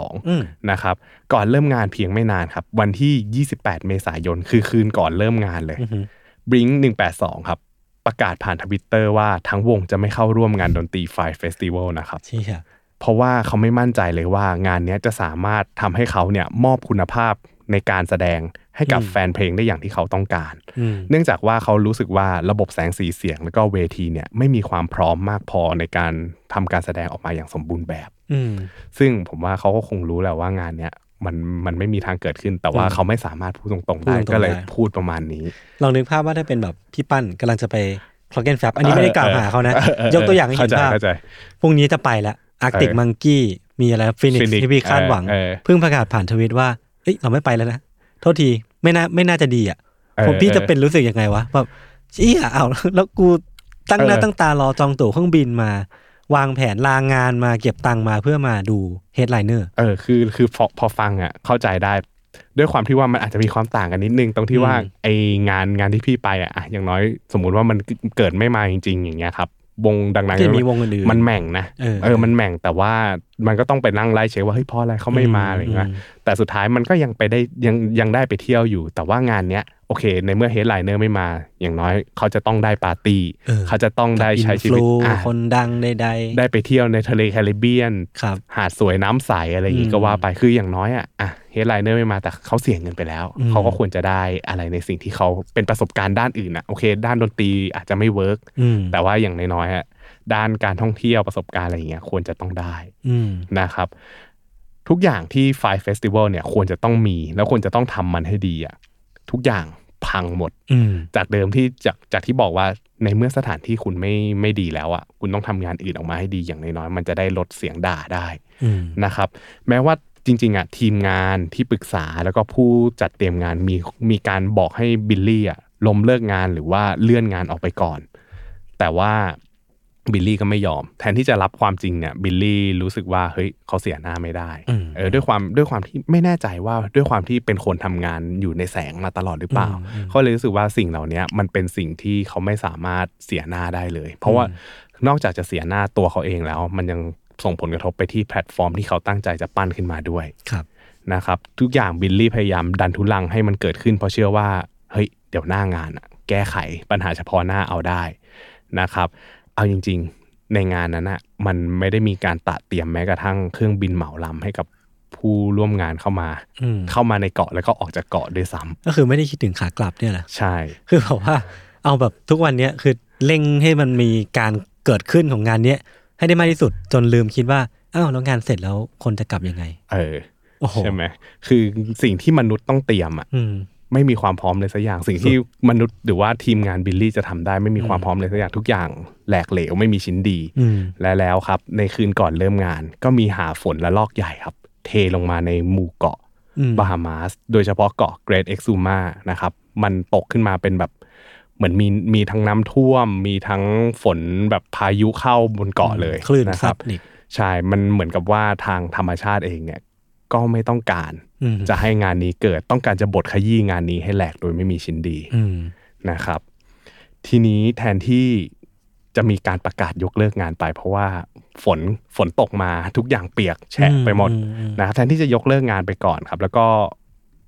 182นะครับก่อนเริ่มงานเพียงไม่นานครับวันที่28เมษายนคือคืนก่อนเริ่มงานเลย Blink 182ครับประกาศผ่าน Twitter ว่าทั้งวงจะไม่เข้าร่วมงานดนตรีไฟเฟสติวัลนะครับเพราะว่าเขาไม่มั่นใจเลยว่างานนี้จะสามารถทำให้เขาเนี่ยมอบคุณภาพในการแสดงให้กับแฟนเพลงได้อย่างที่เขาต้องการเนื่องจากว่าเขารู้สึกว่าระบบแสงสีเสียงแล้วก็เวทีเนี่ยไม่มีความพร้อมมากพอในการทำการแสดงออกมาอย่างสมบูรณ์แบบซึ่งผมว่าเขาก็คงรู้แหละว่างานเนี้ยมันไม่มีทางเกิดขึ้นแต่ว่าเขาไม่สามารถพูดตรงๆได้ก็เลยพูดประมาณนี้ลองนึกภาพว่าถ้าเป็นแบบพี่ปั้นกำลังจะไปคลอเกนแฟบอันนี้ไม่ได้กล่าวหาเขานะยกตัวอย่างให้เห็นภาพพรุ่งนี้จะไปแล้วอาร์กติกมังกี้มีอะไรฟินิกซ์ที่พี่คาดหวังเพิ่งประกาศผ่านทวิตว่าเอ้ยเราไม่ไปแล้วนะโทษทีไม่น่าจะดีอ่ะผมพี่จะเป็นรู้สึกยังไงวะแบบเชี่ยเอาแล้วกูตั้งหน้าตั้งตารอจองตั๋วเครื่องบินมาวางแผนลางานมาเก็บตังค์มาเพื่อมาดูเฮดไลเนอร์คือพอฟังอ่ะเข้าใจได้ด้วยความที่ว่ามันอาจจะมีความต่างกันนิดนึงตรงที่ว่าไองานที่พี่ไปอ่ะอย่างน้อยสมมุติว่ามันเกิดไม่มาจริงๆอย่างเงี้ยครับวงดังๆมีวงอื่นมันแม่งนะมันแม่งแต่ว่ามันก็ต้องไปนั่งไล่เช็คว่าเฮ้ยเพราะอะไรเขาไม่มาอะไรเงี้ยแต่สุดท้ายมันก็ยังไปได้ยังได้ไปเที่ยวอยู่แต่ว่างานเนี้ยโอเคในเมื่อเฮดไลเนอร์ไม่มาอย่างน้อยเขาจะต้องได้ปาร์ตี้เขาจะต้องได้ใช้ชีวิตคนดังได้ไปเที่ยวในทะเลแคริบเบียนหาดสวยน้ำใสอะไรอย่างงี้ก็ว่าไปคืออย่างน้อยอ่ะเฮดไลเนอร์ไม่มาแต่เขาเสียเงินไปแล้วเขาก็ควรจะได้อะไรในสิ่งที่เขาเป็นประสบการณ์ด้านอื่นอ่ะโอเคด้านดนตรีอาจจะไม่เวิร์กแต่ว่าอย่างน้อยๆอ่ะด้านการท่องเที่ยวประสบการณ์อะไรอย่างเงี้ยควรจะต้องได้นะครับทุกอย่างที่ไฟเฟสติวัลเนี่ยควรจะต้องมีแล้วควรจะต้องทำมันให้ดีอ่ะทุกอย่างพังหมดจากเดิมที่จากที่บอกว่าในเมื่อสถานที่คุณไม่ดีแล้วอ่ะคุณต้องทำงานอื่นออกมาให้ดีอย่างน้อยๆมันจะได้ลดเสียงด่าได้นะครับแม้ว่าจริงๆอ่ะทีมงานที่ปรึกษาแล้วก็ผู้จัดเตรียมงานมีการบอกให้บิลลี่อ่ะล้มเลิกงานหรือว่าเลื่อนงานออกไปก่อนแต่ว่าบิลลี่ก็ไม่ยอมแทนที่จะรับความจริงเนี่ยบิลลี่รู้สึกว่าเฮ้ยเขาเสียหน้าไม่ได้ด้วยความที่ไม่แน่ใจว่าด้วยความที่เป็นคนทำงานอยู่ในแสงมาตลอดหรือเปล่าเขาเลยรู้สึกว่าสิ่งเหล่านี้มันเป็นสิ่งที่เขาไม่สามารถเสียหน้าได้เลยเพราะว่านอกจากจะเสียหน้าตัวเขาเองแล้วมันยังส่งผลกระทบไปที่แพลตฟอร์มที่เขาตั้งใจจะปั้นขึ้นมาด้วยนะครับทุกอย่างบิลลี่พยายามดันทุลังให้มันเกิดขึ้นเพราะเชื่อว่าเฮ้ยเดี๋ยวหน้างานแก้ไขปัญหาเฉพาะหน้าเอาได้นะครับเอาจริงๆในงานนั้นนะมันไม่ได้มีการเตรียมแม้กระทั่งเครื่องบินเหมาลำให้กับผู้ร่วมงานเข้ามาในเกาะแล้วก็ออกจากเกาะด้วยซ้ำก็คือไม่ได้คิดถึงขากลับเนี่ยแหละใช่คือแบบว่าเอาแบบทุกวันนี้คือเร่งให้มันมีการเกิดขึ้นของงานนี้ให้ได้มากที่สุดจนลืมคิดว่าอ้าวแล้วงานเสร็จแล้วคนจะกลับยังไงใช่ไหมคือสิ่งที่มนุษย์ต้องเตรียมไม่มีความพร้อมเลยสักอย่างสิ่งที่มนุษย์หรือว่าทีมงานบิลลี่จะทำได้ไม่มีความพร้อมเลยสักอย่างทุกอย่างแหลกเหลวไม่มีชิ้นดีและแล้วครับในคืนก่อนเริ่มงานก็มีหาฝนละลอกใหญ่ครับเทลงมาในหมู่เกาะบาฮามาสโดยเฉพาะเกาะเกรทเอ็กซูมานะครับมันตกขึ้นมาเป็นแบบเหมือนมีทั้งน้ำท่วมมีทั้งฝนแบบพายุเข้าบนเกาะเลยนะครับใช่มันเหมือนกับว่าทางธรรมชาติเองเนี่ยก็ไม่ต้องการจะให้งานนี้เกิดต้องการจะบดขยี้งานนี้ให้แหลกโดยไม่มีชิ้นดีนะครับทีนี้แทนที่จะมีการประกาศยกเลิกงานไปเพราะว่าฝนตกมาทุกอย่างเปียกแฉะไปหมดนะครับแทนที่จะยกเลิกงานไปก่อนครับแล้วก็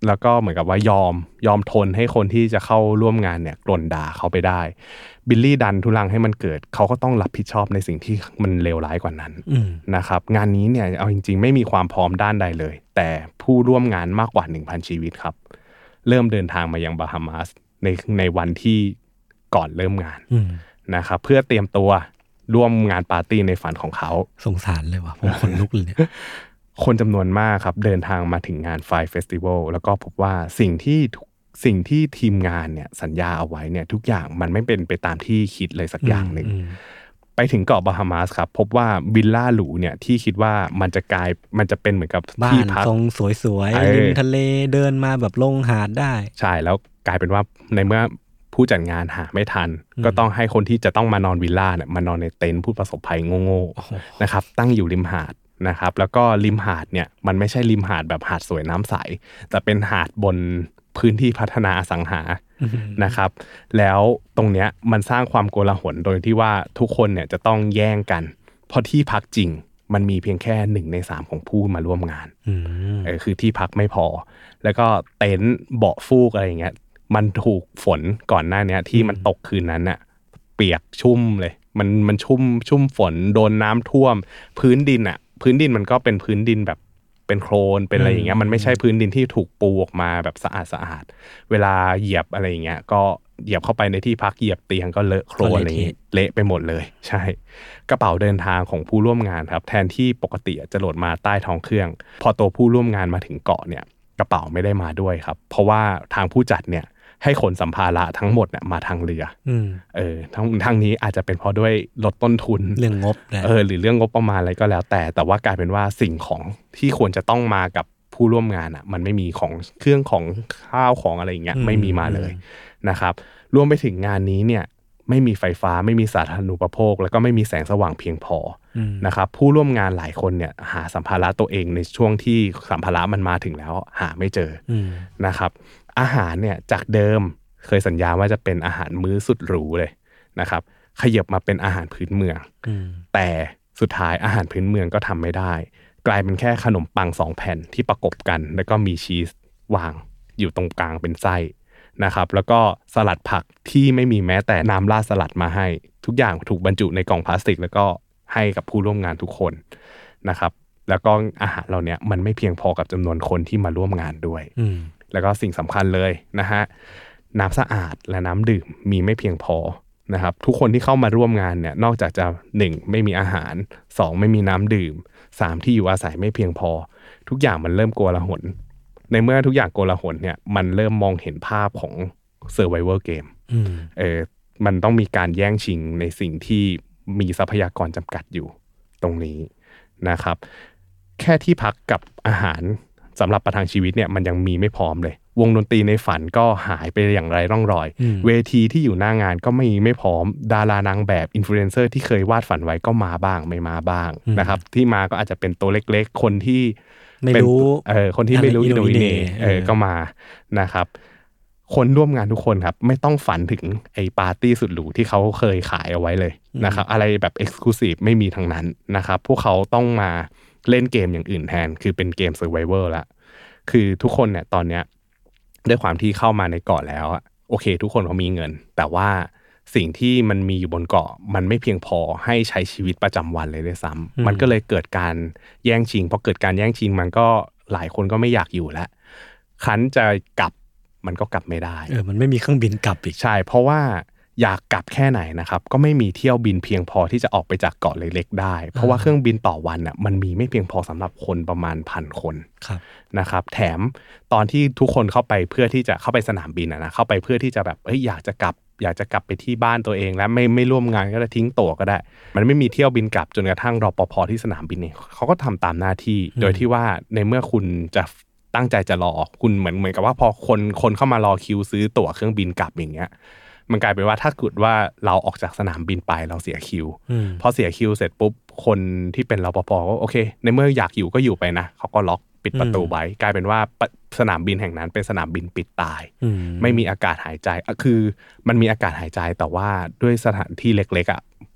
แล้วก็เหมือนกับว่ายอมทนให้คนที่จะเข้าร่วมงานเนี่ยกล่นด่าเขาไปได้บิลลี่ดันทุลังให้มันเกิดเขาก็ต้องรับผิดชอบในสิ่งที่มันเลวร้ายกว่านั้นนะครับงานนี้เนี่ยเอาจริงๆไม่มีความพร้อมด้านใดเลยแต่ผู้ร่วมงานมากกว่า 1,000 ชีวิตครับเริ่มเดินทางมายังบาฮามาสในวันที่ก่อนเริ่มงานนะครับเพื่อเตรียมตัวร่วมงานปาร์ตี้ในฝันของเขาสงสารเลยว่ะผมขนลุกเลยเนี่ยคนจำนวนมากครับเดินทางมาถึงงานไฟเฟสติวัลแล้วก็พบว่าสิ่งที่ทีมงานเนี่ยสัญญาเอาไว้เนี่ยทุกอย่างมันไม่เป็นไปตามที่คิดเลยสักอย่างหนึ่งไปถึงเกาะบาฮามาสครับพบว่าวิลล่าหรูเนี่ยที่คิดว่ามันจะเป็นเหมือนกับที่พักทรงสวยๆริมทะเลเดินมาแบบลงหาดได้ใช่แล้วกลายเป็นว่าในเมื่อผู้จัดงานหาไม่ทันก็ต้องให้คนที่จะต้องมานอนวิลล่าเนี่ยมานอนในเต็นท์ผู้ประสบภัยโง่ๆนะครับตั้งอยู่ริมหาดนะครับแล้วก็ริมหาดเนี่ยมันไม่ใช่ริมหาดแบบหาดสวยน้ำใสแต่เป็นหาดบนพื้นที่พัฒนาอสังหานะครับแล้วตรงเนี้ยมันสร้างความโกลาหลโดยที่ว่าทุกคนเนี่ยจะต้องแย่งกันเพราะที่พักจริงมันมีเพียงแค่1 ใน 3ของผู้มาร่วมงานคือที่พักไม่พอแล้วก็เต็นท์เบาะฟูกอะไรอย่างเงี้ยมันถูกฝนก่อนหน้านี้ที่มันตกคืนนั้นน่ะเปียกชุ่มเลยมันชุ่มฝนโดนน้ำท่วมพื้นดินมันก็เป็นพื้นดินแบบเป็นโคลนเป็นอะไรอย่างเงี้ยมันไม่ใช่พื้นดินที่ถูกปูออกมาแบบสะอาดเวลาเหยียบอะไรอย่างเงี้ยก็เหยียบเข้าไปในที่พักเหยียบเตียงก็เลอะโคลนอะไรอย่างเงี้ยเละไปหมดเลยใช่กระเป๋าเดินทางของผู้ร่วมงานครับแทนที่ปกติจะโหลดมาใต้ท้องเครื่องพอตัวผู้ร่วมงานมาถึงเกาะเนี่ยกระเป๋าไม่ได้มาด้วยครับเพราะว่าทางผู้จัดเนี่ยให้ขนสัมภาระทั้งหมดเนี่ยมาทางเรือทั้งนี้อาจจะเป็นเพราะด้วยลดต้นทุนเรื่องงบหรือเรื่องงบประมาณอะไรก็แล้วแต่ว่ากลายเป็นว่าสิ่งของที่ควรจะต้องมากับผู้ร่วมงานอ่ะมันไม่มีของเครื่องของข้าวของอะไรอย่างเงี้ยไม่มีมาเลยนะครับรวมไปถึงงานนี้เนี่ยไม่มีไฟฟ้าไม่มีสาธารณูปโภคแล้วก็ไม่มีแสงสว่างเพียงพอนะครับผู้ร่วมงานหลายคนเนี่ยหาสัมภาระตัวเองในช่วงที่สัมภาระมันมาถึงแล้วหาไม่เจอนะครับอาหารเนี่ยจากเดิมเคยสัญญาว่าจะเป็นอาหารมื้อสุดหรูเลยนะครับขยับมาเป็นอาหารพื้นเมืองแต่สุดท้ายอาหารพื้นเมืองก็ทำไม่ได้กลายเป็นแค่ขนมปัง2 แผ่นที่ประกบกันแล้วก็มีชีสวางอยู่ตรงกลางเป็นไส้นะครับแล้วก็สลัดผักที่ไม่มีแม้แต่น้ำราดสลัดมาให้ทุกอย่างถูกบรรจุในกล่องพลาสติกแล้วก็ให้กับผู้ร่วมงานทุกคนนะครับแล้วก็อาหารเหล่านี้มันไม่เพียงพอกับจำนวนคนที่มาร่วมงานด้วยแล้วก็สิ่งสำคัญเลยนะฮะน้ำสะอาดและน้ำดื่มมีไม่เพียงพอนะครับทุกคนที่เข้ามาร่วมงานเนี่ยนอกจากจะ1ไม่มีอาหาร2ไม่มีน้ำดื่ม3ที่อยู่อาศัยไม่เพียงพอทุกอย่างมันเริ่มโกลาหลในเมื่อทุกอย่างโกลาหลเนี่ยมันเริ่มมองเห็นภาพของ Survivor Game มันต้องมีการแย่งชิงในสิ่งที่มีทรัพยากรจำกัดอยู่ตรงนี้นะครับแค่ที่พักกับอาหารสำหรับประทังชีวิตเนี่ยมันยังมีไม่พร้อมเลยวงดนตรีในฝันก็หายไปอย่างไร้ร่องรอยเวทีที่อยู่หน้างานก็ไม่พร้อมดารานางแบบอินฟลูเอนเซอร์ที่เคยวาดฝันไว้ก็มาบ้างไม่มาบ้างนะครับที่มาก็อาจจะเป็นตัวเล็กๆคนที่ไม่รู้คนที่ไม่รู้อินโดนีเซียก็มานะครับคนร่วมงานทุกคนครับไม่ต้องฝันถึงไอ้ปาร์ตี้สุดหรูที่เขาเคยขายเอาไว้เลยนะครับอะไรแบบเอ็กซ์คลูซีฟไม่มีทั้งนั้นนะครับพวกเขาต้องมาเล่นเกมอย่างอื่นแทนคือเป็นเกม Survivor ละคือทุกคนเนี่ยตอนเนี้ยด้วยความที่เข้ามาในเกาะแล้วโอเคทุกคนเขามีเงินแต่ว่าสิ่งที่มันมีอยู่บนเกาะมันไม่เพียงพอให้ใช้ชีวิตประจำวันเลยด้วยซ้ำมันก็เลยเกิดการแย่งชิงพอเกิดการแย่งชิงมันก็หลายคนก็ไม่อยากอยู่แล้วคันจะกลับมันก็กลับไม่ได้มันไม่มีเครื่องบินกลับอีกใช่เพราะว่าอยากกลับแค่ไหนนะครับก็ไม่มีเที่ยวบินเพียงพอที่จะออกไปจากเกาะเล็กๆได้เพราะว่าเครื่องบินต่อวันน่ะมันมีไม่เพียงพอสำหรับคนประมาณ1,000 คนนะครับแถมตอนที่ทุกคนเข้าไปเพื่อที่จะเข้าไปสนามบินนะเข้าไปเพื่อที่จะแบบอยากจะกลับไปที่บ้านตัวเองแล้วไม่ร่วมงานก็ได้ทิ้งตั๋วก็ได้มันไม่มีเที่ยวบินกลับจนกระทั่งรปภ.ที่สนามบินเนี่ยเขาก็ทำตามหน้าที่โดยที่ว่าในเมื่อคุณจะตั้งใจจะรอคุณเหมือนกับว่าพอคนเข้ามารอคิวซื้อตั๋วเครื่องบินกลับอย่างเงี้ยมันกลายเป็นว่าถ้าเกิดว่าเราออกจากสนามบินไปเราเสียคิวพอเสียคิวเสร็จปุ๊บคนที่เป็นรปภ.ก็โอเคในเมื่ออยากอยู่ก็อยู่ไปนะเขาก็ล็อกปิดประตูไว้กลายเป็นว่าสนามบินแห่งนั้นเป็นสนามบินปิดตายไม่มีอากาศหายใจคือมันมีอากาศหายใจแต่ว่าด้วยสถานที่เล็กๆ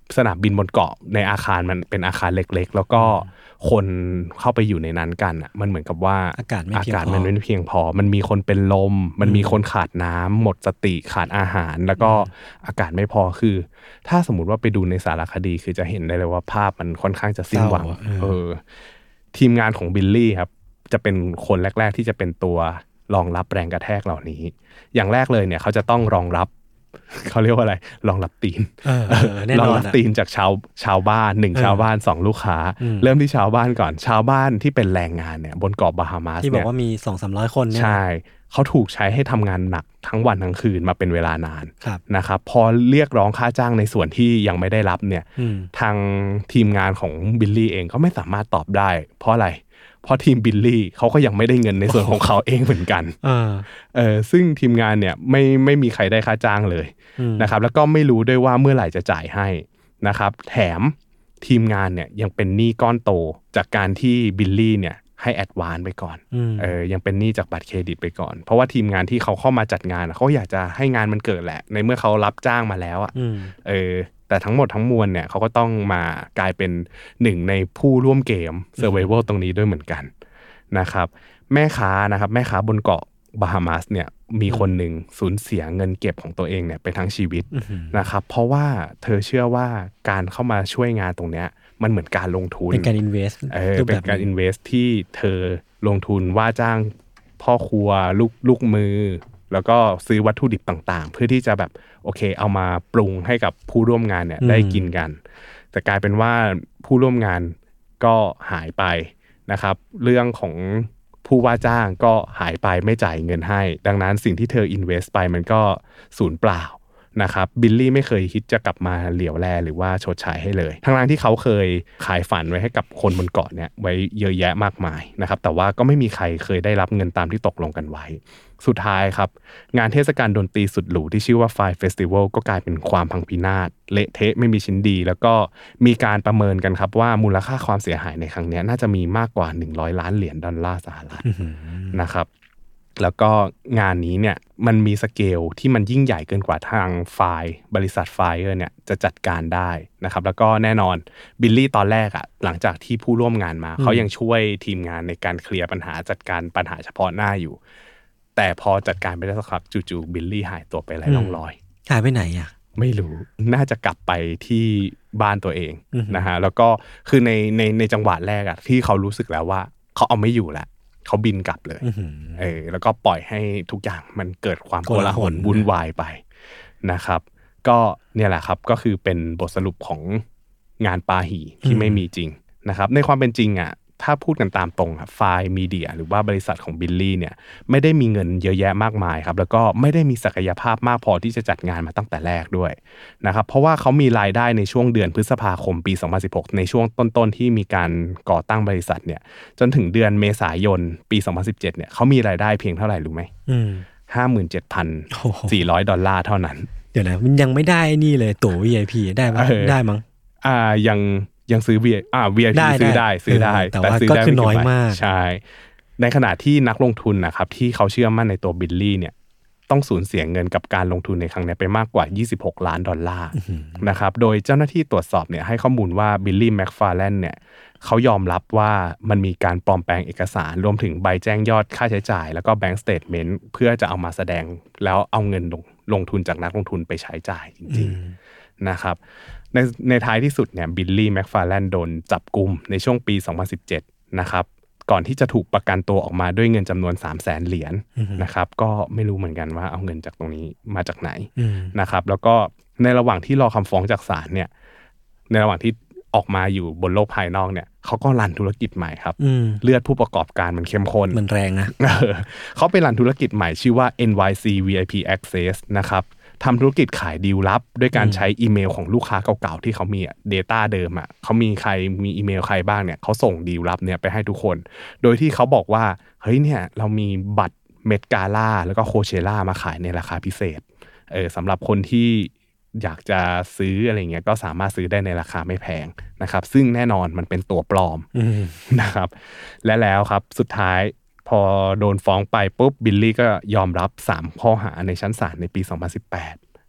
สนามบินบนเกาะในอาคารมันเป็นอาคารเล็กๆแล้วก็คนเข้าไปอยู่ในนั้นกันอ่ะมันเหมือนกับว่าอากาศมันไม่เพียงพอมันมีคนเป็นลมมันมีคนขาดน้ำหมดสติขาดอาหารแล้วก็อากาศไม่พอคือถ้าสมมุติว่าไปดูในสารคดีคือจะเห็นได้เลยว่าภาพมันค่อนข้างจะสิ้นหวังทีมงานของบิลลี่ครับจะเป็นคนแรกๆที่จะเป็นตัวรองรับแรงกระแทกเหล่านี้อย่างแรกเลยเนี่ยเขาจะต้องรองรับเขาเรียกว่าอะไรรองรับตีนรองรับตีนจากชาวบ้าน1ชาวบ้าน2ลูกค้าเริ่มที่ชาวบ้านก่อนชาวบ้านที่เป็นแรงงานเนี่ยบนเกาะบาฮามาสที่บอกว่ามี 200-300 คนเนี่ยใช่เขาถูกใช้ให้ทำงานหนักทั้งวันทั้งคืนมาเป็นเวลานานนะครับพอเรียกร้องค่าจ้างในส่วนที่ยังไม่ได้รับเนี่ยทางทีมงานของบิลลี่เองก็ไม่สามารถตอบได้เพราะอะไรเพราะทีมบิลลี่เขาก็ยังไม่ได้เงินในส่วนของเขาเองเหมือนกันซึ่งทีมงานเนี่ยไม่มีใครได้ค่าจ้างเลยนะครับแล้วก็ไม่รู้ด้วยว่าเมื่อไหร่จะจ่ายให้นะครับแถมทีมงานเนี่ยยังเป็นหนี้ก้อนโตจากการที่บิลลี่เนี่ยให้แอดวานซ์ไปก่อนยังเป็นหนี้จากบัตรเครดิตไปก่อนเพราะว่าทีมงานที่เขาเข้ามาจัดงานเขาอยากจะให้งานมันเกิดแหละในเมื่อเขารับจ้างมาแล้วอ่ะแต่ทั้งหมดทั้งมวลเนี่ยเขาก็ต้องมากลายเป็นหนึ่งในผู้ร่วมเกม Survival ตรงนี้ด้วยเหมือนกันนะครับแม่ค้าบนเกาะบาฮามาสเนี่ยมีคนหนึ่งสูญเสียเงินเก็บของตัวเองเนี่ยไปทั้งชีวิตนะครับเพราะว่าเธอเชื่อว่าการเข้ามาช่วยงานตรงเนี้ยมันเหมือนการลงทุนเป็นการ invest เป็นการ invest ที่เธอลงทุนว่าจ้างพ่อครัวลูกมือแล้วก็ซื้อวัตถุดิบต่างๆเพื่อที่จะแบบโอเคเอามาปรุงให้กับผู้ร่วมงานเนี่ยได้กินกันแต่กลายเป็นว่าผู้ร่วมงานก็หายไปนะครับเรื่องของผู้ว่าจ้างก็หายไปไม่จ่ายเงินให้ดังนั้นสิ่งที่เธอ invest ไปมันก็สูญเปล่านะครับบิลลี่ไม่เคยคิดจะกลับมาเหลียวแลหรือว่าชดใช้ให้เลยทั้งที่เขาเคยขายฝันไว้ให้กับคนบนเกาะเนี่ยไว้เยอะแยะมากมายนะครับแต่ว่าก็ไม่มีใครเคยได้รับเงินตามที่ตกลงกันไว้สุดท้ายครับงานเทศกาลดนตรีสุดหรูที่ชื่อว่า Fire Festival ก็กลายเป็นความพังพินาศเละเทะไม่มีชิ้นดีแล้วก็มีการประเมินกันครับว่ามูลค่าความเสียหายในครั้งนี้น่าจะมีมากกว่า$100 ล้านสหรัฐนะครับแล้วก็งานนี้เนี่ยมันมีสเกลที่มันยิ่งใหญ่เกินกว่าทางบริษัทไฟเนี่ยจะจัดการได้นะครับแล้วก็แน่นอนบิลลี่ตอนแรกอ่ะหลังจากที่ผู้ร่วมงานมาเขายังช่วยทีมงานในการเคลียร์ปัญหาจัดการปัญหาเฉพาะหน้าอยู่แต่พอจัดการไปได้สักพักจู่ๆบิลลี่หายตัวไปไร้ร่องรอยหายไปไหนอ่ะไม่รู้น่าจะกลับไปที่บ้านตัวเองนะฮะแล้วก็คือในจังหวะแรกอ่ะที่เขารู้สึกแล้วว่าเขาเอาไม่อยู่แล้วเขาบินกลับเลยแล้วก็ปล่อยให้ทุกอย่างมันเกิดความโกลาหลวุ่นวายไปนะครับก็เนี่ยแหละครับก็คือเป็นบทสรุปของงานปาหีที่ไม่มีจริงนะครับในความเป็นจริงอ่ะถ้าพูดกันตามตรงครับไฟล์มีเดียหรือว่าบริษัทของบิลลี่เนี่ยไม่ได้มีเงินเยอะแยะมากมายครับแล้วก็ไม่ได้มีศักยภาพมากพอที่จะจัดงานมาตั้งแต่แรกด้วยนะครับเพราะว่าเขามีรายได้ในช่วงเดือนพฤษภาคมปี2016ในช่วงต้นๆที่มีการก่อตั้งบริษัทเนี่ยจนถึงเดือนเมษายนปี2017เนี่ยเขามีรายได้เพียงเท่าไหร่รู้ไหม$57,400เท่านั้นเดี๋ยวนะมันยังไม่ได้นี่เลยตั๋ว VIP ได้มั้ยได้มั้งยังซื้อ VIP ซื้อได้แต่ซื้อได้คือน้อยมากใช่ในขณะที่นักลงทุนนะครับที่เขาเชื่อมั่นในตัวบิลลี่เนี่ยต้องสูญเสียเงินกับการลงทุนในครั้งนี้ไปมากกว่า$26 ล้านนะครับโดยเจ้าหน้าที่ตรวจสอบเนี่ยให้ข้อมูลว่าบิลลี่แม็กฟาร์แลนด์เนี่ยเขายอมรับว่ามันมีการปลอมแปลงเอกสารรวมถึงใบแจ้งยอดค่าใช้จ่ายแล้วก็แบงก์สเตทเมนต์เพื่อจะเอามาแสดงแล้วเอาเงินลงทุนจากนักลงทุนไปใช้จ่ายจริงๆนะครับในท้ายที่สุดเนี่ยบิลลี่แม็กฟาร์แลนด์โดนจับกุมในช่วงปี2017นะครับก่อนที่จะถูกประกันตัวออกมาด้วยเงินจำนวน$300,000นะครับก็ไม่รู้เหมือนกันว่าเอาเงินจากตรงนี้มาจากไหนนะครับแล้วก็ในระหว่างที่รอคำฟ้องจากศาลเนี่ยในระหว่างที่ออกมาอยู่บนโลกภายนอกเนี่ยเขาก็รันธุรกิจใหม่ครับเลือดผู้ประกอบการมันเข้มข้นมันแรงนะเขาไปรันธุรกิจใหม่ชื่อว่า NYC VIP Access นะครับทำธุรกิจขายดีลลับด้วยการใช้อีเมลของลูกค้าเก่าๆที่เขามี data เดิมเขามีใครมีอีเมลใครบ้างเนี่ยเขาส่งดีลลับเนี่ยไปให้ทุกคนโดยที่เขาบอกว่าเฮ้ยเนี่ยเรามีบัตรเมดกาล่าแล้วก็โคเชล่ามาขายในราคาพิเศษสำหรับคนที่อยากจะซื้ออะไรเงี้ยก็สามารถซื้อได้ในราคาไม่แพงนะครับซึ่งแน่นอนมันเป็นตัวปลอมนะครับและแล้วครับสุดท้ายพอโดนฟ้องไปปุ๊บบิลลี่ก็ยอมรับ3ข้อหาในชั้นศาลในปี2018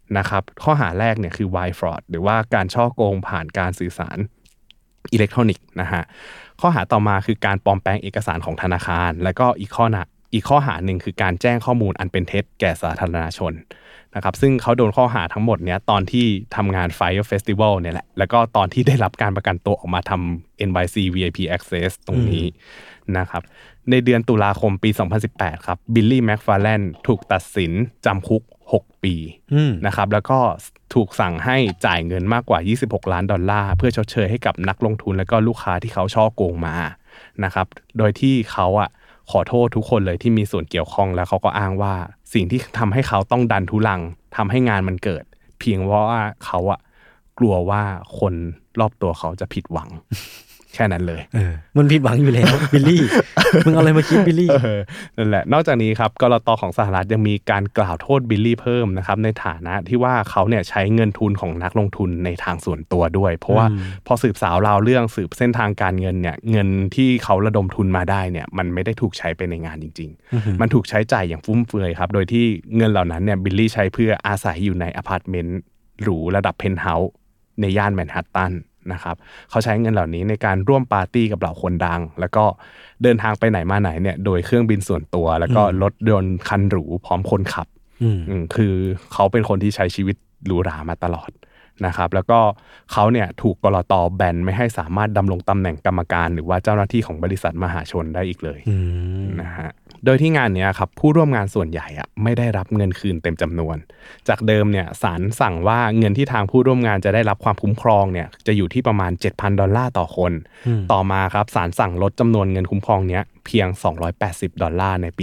นะครับข้อหาแรกเนี่ยคือ wire fraud หรือว่าการฉ้อโกงผ่านการสื่อสารอิเล็กทรอนิกส์นะฮะข้อหาต่อมาคือการปลอมแปลงเอกสารของธนาคารแล้วก็อีกข้อหาหนึ่งคือการแจ้งข้อมูลอันเป็นเท็จแก่สาธารณชนนะครับซึ่งเขาโดนข้อหาทั้งหมดเนี้ยตอนที่ทำงาน Fire Festival เนี่ยแหละแล้วก็ตอนที่ได้รับการประกันตัวออกมาทำ NYC VIP Access ตรงนี้นะครับในเดือนตุลาคมปี 2018 ครับบิลลี่แม็กฟาร์แลนด์ถูกตัดสินจำคุก6 ปีนะครับแล้วก็ถูกสั่งให้จ่ายเงินมากกว่า$26 ล้านเพื่อชดเชยให้กับนักลงทุนและก็ลูกค้าที่เขาฉ้อโกงมานะครับโดยที่เขาขอโทษทุกคนเลยที่มีส่วนเกี่ยวข้องแล้วเขาก็อ้างว่าสิ่งที่ทำให้เขาต้องดันทุลังทำให้งานมันเกิดเพียงเพราะว่าเขากลัวว่าคนรอบตัวเขาจะผิดหวัง แค่นั้นเลยมันผิดหวังอยู่แล้วบิลลี่ มึงเอาอะไรมาคิดบิลลี่นั่นแหละนอกจากนี้ครับกลต.ของสหรัฐยังมีการกล่าวโทษบิลลี่เพิ่มนะครับในฐานะที่ว่าเขาเนี่ยใช้เงินทุนของนักลงทุนในทางส่วนตัวด้วยเพราะว่าพอสืบสาวราวเรื่องสืบเส้นทางการเงินเนี่ยเงินที่เขาระดมทุนมาได้เนี่ยมันไม่ได้ถูกใช้ไปในงานจริงๆมันถูกใช้จ่ายอย่างฟุ่มเฟือยครับโดยที่เงินเหล่านั้นเนี่ยบิลลี่ใช้เพื่ออาศัยอยู่ในอพาร์ตเมนต์หรูระดับเพนท์เฮาส์ในย่านแมนฮัตตันนะครับเขาใช้เงินเหล่านี้ในการร่วมปาร์ตี้กับเหล่าคนดังแล้วก็เดินทางไปไหนมาไหนเนี่ยโดยเครื่องบินส่วนตัวแล้วก็รถยนต์คันหรูพร้อมคนขับคือเขาเป็นคนที่ใช้ชีวิตหรูหรามาตลอดนะครับแล้วก็เขาเนี่ยถูกกลต.แบนไม่ให้สามารถดำรงตำแหน่งกรรมการหรือว่าเจ้าหน้าที่ของบริษัทมหาชนได้อีกเลยนะฮะโดยที่งานนี้ครับผู้ร่วมงานส่วนใหญ่ไม่ได้รับเงินคืนเต็มจำนวนจากเดิมเนี่ยศาลสั่งว่าเงินที่ทางผู้ร่วมงานจะได้รับความคุ้มครองเนี่ยจะอยู่ที่ประมาณ$7,000ต่อคนต่อมาครับศาลสั่งลดจำนวนเงินคุ้มครองเนี้ยเพียง$280ในปี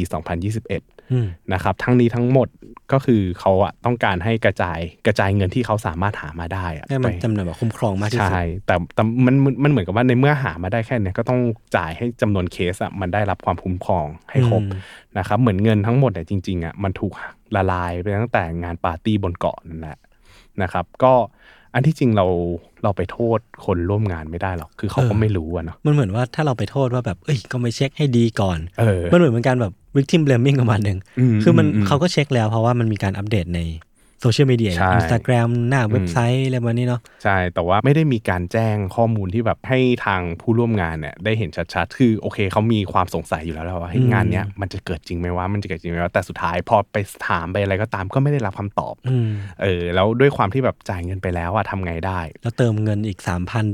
2021นะครับทั้งนี้ทั้งหมดก็คือเขาต้องการให้กระจายเงินที่เขาสามารถหามาได้ให้มันจำนวนแบบคุ้มครองมากที่สุดใช่แต่มันเหมือนกับว่าในเมื่อหามาได้แค่นี้ก็ต้องจ่ายให้จำนวนเคสมันได้รับความคุ้มครองให้ครบนะครับเหมือนเงินทั้งหมดจริงๆมันถูกละลายไปตั้งแต่งานปาร์ตี้บนเกาะนั่นแหละนะครับก็อันที่จริงเราไปโทษคนร่วมงานไม่ได้หรอกคือเขาก็ไม่รู้เนาะมันเหมือนว่าถ้าเราไปโทษว่าแบบก็ไม่เช็คให้ดีก่อนมันเหมือนการแบบ victim blaming ประมาณนึงคือมันเขาก็เช็คแล้วเพราะว่ามันมีการอัปเดตในโซเชียลมีเดีย Instagram หน้าเว็บไซต์อะไรแบบนี้เนาะใช่แต่ว่าไม่ได้มีการแจ้งข้อมูลที่แบบให้ทางผู้ร่วมงานเนี่ยได้เห็นชัดๆคือโอเคเขามีความสงสัยอยู่แล้วว่างานเนี้ยมันจะเกิดจริงไหมวะมันจะเกิดจริงไหมวะแต่สุดท้ายพอไปถามไปอะไรก็ตามก็ไม่ได้รับคำตอบแล้วด้วยความที่แบบจ่ายเงินไปแล้วทำไงได้แล้วเติมเงินอีก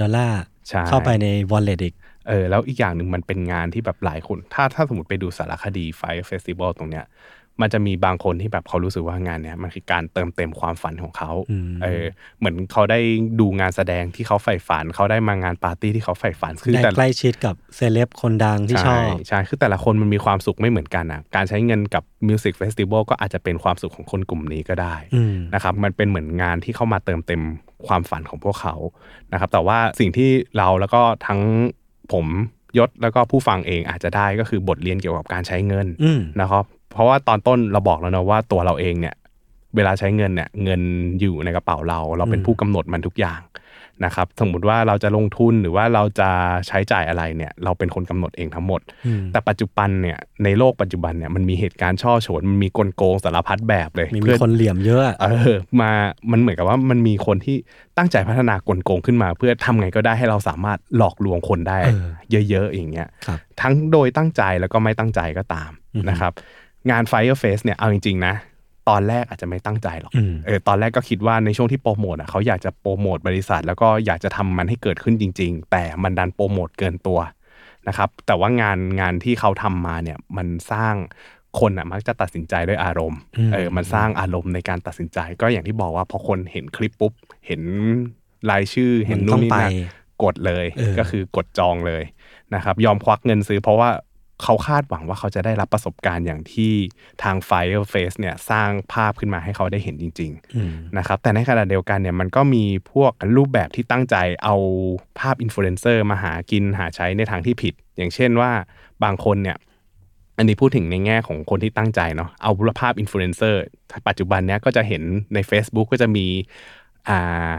$3,000เข้าไปใน wallet อีกแล้วอีกอย่างหนึ่งมันเป็นงานที่แบบหลายคนถ้าสมมติไปดูสารคดี Fire Festival ตรงเนี้ยมันจะมีบางคนที่แบบเขารู้สึกว่างานเนี้ยมันคือการเติมเต็มความฝันของเขาเหมือนเขาได้ดูงานแสดงที่เขาใฝ่ฝันเขาได้มางานปาร์ตี้ที่เขาใฝ่ฝันคือแต่ใกล้ชิดกับเซเลบคนดังที่ชอบใช่คือแต่ละคนมันมีความสุขไม่เหมือนกันการใช้เงินกับมิวสิกเฟสติวัลก็อาจจะเป็นความสุขของคนกลุ่มนี้ก็ได้นะครับมันเป็นเหมือนงานที่เข้ามาเติมเต็มความฝันของพวกเขานะครับแต่ว่าสิ่งที่เราแล้วก็ทั้งผมยศแล้วก็ผู้ฟังเองอาจจะได้ก็คือบทเรียนเกี่ยวกับการใช้เงินนะครับเพราะว่าตอนต้นเราบอกแล้วนะว่าตัวเราเองเนี่ยเวลาใช้เงินเนี่ยเงินอยู่ในกระเป๋าเราเป็นผู้กำหนดมันทุกอย่างนะครับสมมุติว่าเราจะลงทุนหรือว่าเราจะใช้จ่ายอะไรเนี่ยเราเป็นคนกำหนดเองทั้งหมดแต่ปัจจุบันเนี่ยในโลกปัจจุบันเนี่ยมันมีเหตุการณ์ช่อฉนมันมีกลโกงสารพัดแบบเลยมีคนเหลี่ยมเยอะมันเหมือนกับว่ามันมีคนที่ตั้งใจพัฒนากลโกงขึ้นมาเพื่อทำไงก็ได้ให้เราสามารถหลอกลวงคนได้เยอะๆอย่างเงี้ยทั้งโดยตั้งใจแล้วก็ไม่ตั้งใจก็ตามนะครับงาน Fire Fest เนี่ยเอาจริงๆนะตอนแรกอาจจะไม่ตั้งใจหรอกตอนแรกก็คิดว่าในช่วงที่โปรโมทเขาอยากจะโปรโมทบริษัทแล้วก็อยากจะทำมันให้เกิดขึ้นจริงๆแต่มันดันโปรโมทเกินตัวนะครับแต่ว่างานที่เขาทำมาเนี่ยมันสร้างคนมักจะตัดสินใจด้วยอารมณ์มันสร้างอารมณ์ในการตัดสินใจก็อย่างที่บอกว่าพอคนเห็นคลิปปุ๊บเห็นรายชื่อเห็นนู่นนี่นั่นกดเลยก็คือกดจองเลยนะครับยอมควักเงินซื้อเพราะว่าเขาคาดหวังว่าเขาจะได้รับประสบการณ์อย่างที่ทาง Fire Fest เนี่ยสร้างภาพขึ้นมาให้เขาได้เห็นจริงๆนะครับแต่ในขณะเดียวกันเนี่ยมันก็มีพวกรูปแบบที่ตั้งใจเอาภาพอินฟลูเอนเซอร์มาหากินหาใช้ในทางที่ผิดอย่างเช่นว่าบางคนเนี่ยอันนี้พูดถึงในแง่ของคนที่ตั้งใจเนาะเอาภาพอินฟลูเอนเซอร์ปัจจุบันเนี้ยก็จะเห็นใน Facebook ก็จะมี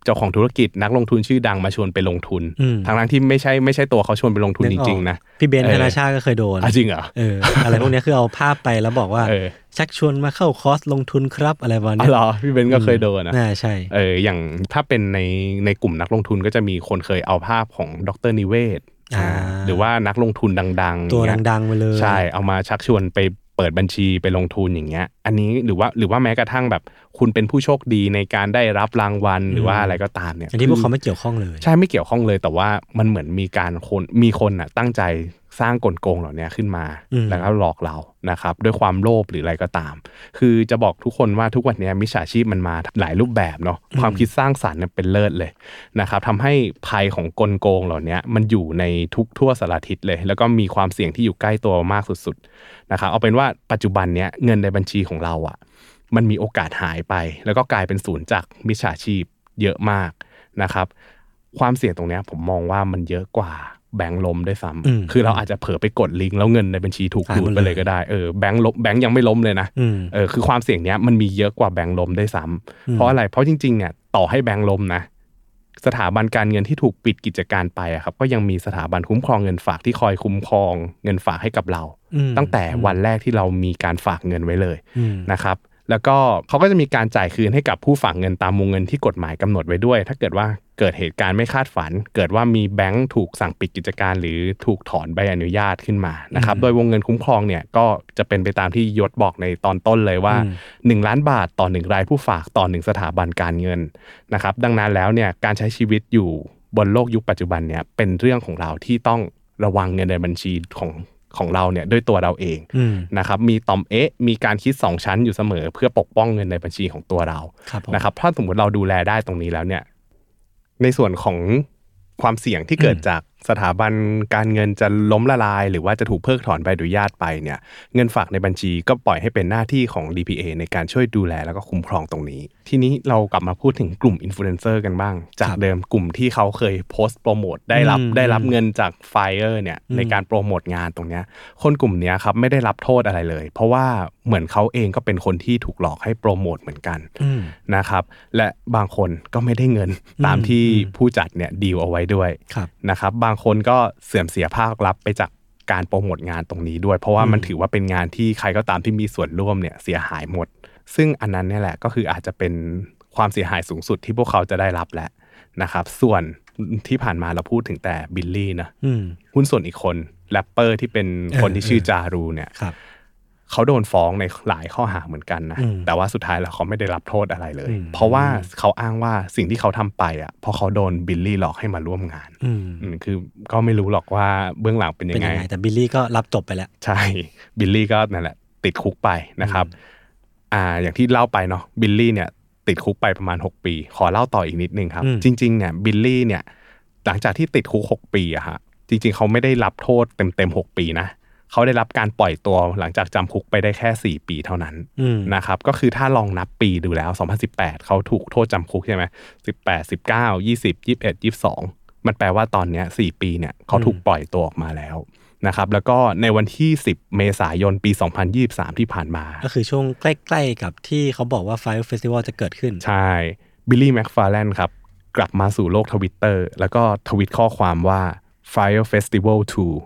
เจ้าของธุรกิจนักลงทุนชื่อดังมาชวนไปลงทุนทั้งที่ไม่ใช่ตัวเขาชวนไปลงทุนจริงๆนะพี่เบนซ์ธนาชาก็เคยโดนจริงเหรออะไรพวกนี้คือเอาภาพไปแล้วบอกว่าชักชวนมาเข้าคอร์สลงทุนครับอะไรประมาณนี้เหรอพี่เบนซ์ก็เคยโดนนะใช่อย่างถ้าเป็นในกลุ่มนักลงทุนก็จะมีคนเคยเอาภาพของดร.นิเวศหรือว่านักลงทุนดังๆตัวดังๆไปเลยใช่เอามาชักชวนไปเปิดบัญชีไปลงทุนอย่างเงี้ยอันนี้หรือว่าแม้กระทั่งแบบคุณเป็นผู้โชคดีในการได้รับรางวัลหรือว่าอะไรก็ตามเนี่ยอันนี้พวกเขาไม่เกี่ยวข้องเลยใช่ไม่เกี่ยวข้องเลยแต่ว่ามันเหมือนมีคนน่ะตั้งใจสร้างกลโกงเหล่านี้ขึ้นมาแล้วก็หลอกเรานะครับด้วยความโลภหรืออะไรก็ตามคือจะบอกทุกคนว่าทุกวันนี้มิจฉาชีพมันมาหลายรูปแบบเนาะความคิดสร้างสรรค์เป็นเลิศเลยนะครับทำให้ภัยของกลโกงเหล่านี้มันอยู่ในทุกทั่วสารทิศเลยแล้วก็มีความเสี่ยงที่อยู่ใกล้ตัวมากสุดๆนะครับเอาเป็นว่าปัจจุบันเนี้ยเงินในบัญชีของเราอ่ะมันมีโอกาสหายไปแล้วก็กลายเป็นศูนย์จากมิจฉาชีพเยอะมากนะครับความเสี่ยงตรงนี้ผมมองว่ามันเยอะกว่าแบงค์ล้มด้วยซ้ำคือเราอาจจะเผลอไปกดลิงก์แล้วเงินในบัญชีถูกดูดไปเลยก็ได้แบงค์ยังไม่ล้มเลยนะคือความเสี่ยงเนี้ยมันมีเยอะกว่าแบงค์ล้มด้วยซ้ำเพราะอะไรเพราะจริงๆเนี่ยต่อให้แบงค์ล้มนะสถาบันการเงินที่ถูกปิดกิจการไปอะครับก็ยังมีสถาบันคุ้มครองเงินฝากที่คอยคุ้มครองเงินฝากให้กับเราตั้งแต่วันแรกที่เรามีการฝากเงินไว้เลยนะครับแล้วก็เขาก็จะมีการจ่ายคืนให้กับผู้ฝากเงินตามวงเงินที่กฎหมายกำหนดไว้ด้วยถ้าเกิดว่าเกิดเหตุการณ์ไม่คาดฝันเกิดว่ามีแบงค์ถูกสั่งปิดกิจการหรือถูกถอนใบอนุญาตขึ้นมานะครับโดยวงเงินคุ้มครองเนี่ยก็จะเป็นไปตามที่ยศบอกในตอนต้นเลยว่า1ล้านบาทต่อ1รายผู้ฝากต่อ1สถาบันการเงินนะครับดังนั้นแล้วเนี่ยการใช้ชีวิตอยู่บนโลกยุคปัจจุบันเนี่ยเป็นเรื่องของเราที่ต้องระวังเงินในบัญชีของเราเนี่ยด้วยตัวเราเองนะครับมีตอมมีการคิด2ชั้นอยู่เสมอเพื่อปกป้องเงินในบัญชีของตัวเรานะครับถ้าสมมติเราดูแลได้ตรงนี้แล้วเนี่ยในส่วนของความเสี่ยงที่เกิดจากสถาบันการเงินจะล้มละลายหรือว่าจะถูกเพิกถอนใบอนุญาตไปเนี่ยเงินฝากในบัญชีก็ปล่อยให้เป็นหน้าที่ของ DPA ในการช่วยดูแลแล้วก็คุ้มครองตรงนี้ทีนี้เรากลับมาพูดถึงกลุ่มอินฟลูเอนเซอร์กันบ้างจากเดิมกลุ่มที่เขาเคยโพสต์โปรโมทได้รับเงินจาก Fire เนี่ยในการโปรโมทงานตรงเนี้ยคนกลุ่มนี้ครับไม่ได้รับโทษอะไรเลยเพราะว่าเหมือนเขาเองก็เป็นคนที่ถูกหลอกให้โปรโมทเหมือนกันนะครับและบางคนก็ไม่ได้เงินตามที่ผู้จัดเนี่ยดีลเอาไว้ด้วยนะครับบางคนก็เสื่อมเสียภาพลักษณ์ไปจากการโปรโมทงานตรงนี้ด้วยเพราะว่ามันถือว่าเป็นงานที่ใครก็ตามที่มีส่วนร่วมเนี่ยเสียหายหมดซึ่งอันนั้นเนี่ยแหละก็คืออาจจะเป็นความเสียหายสูงสุดที่พวกเขาจะได้รับแหละนะครับส่วนที่ผ่านมาเราพูดถึงแต่บิลลี่นะหุ้นส่วนอีกคนแรปเปอร์ที่เป็นคนที่ชื่อจารูเนี่ยเขาโดนฟ้องในหลายข้อหาเหมือนกันนะแต่ว่าสุดท้ายแล้วเขาไม่ได้รับโทษอะไรเลยเพราะว่าเขาอ้างว่าสิ่งที่เขาทำไปอ่ะเพราะเขาโดนบิลลี่หลอกให้มาร่วมงานคือก็ไม่รู้หรอกว่าเบื้องหลังเป็นยังไงแต่บิลลี่ก็รับจบไปแล้วใช่บิลลี่ก็นั่นแหละติดคุกไปนะครับอย่างที่เล่าไปเนาะบิลลี่เนี่ยติดคุกไปประมาณ6ปีขอเล่าต่ออีกนิดนึงครับจริงๆเนี่ยบิลลี่เนี่ยหลังจากที่ติดคุก6ปีอะฮะจริงๆเขาไม่ได้รับโทษเต็ม6ปีนะเขาได้รับการปล่อยตัวหลังจากจำคุกไปได้แค่4ปีเท่านั้นนะครับก็คือถ้าลองนับปีดูแล้ว2018เขาถูกโทษจำคุกใช่ไหม18 19 20 21 22มันแปลว่าตอนนี้4ปีเนี่ยเขาถูกปล่อยตัวออกมาแล้วนะครับแล้วก็ในวันที่10เมษายนปี2023ที่ผ่านมาก็คือช่วงใกล้ๆกับที่เขาบอกว่า Fire Festival จะเกิดขึ้นใช่บิลลี่แม็กฟาร์แลนด์ครับกลับมาสู่โลก Twitter แล้วก็ทวิตข้อความว่า Fire Festival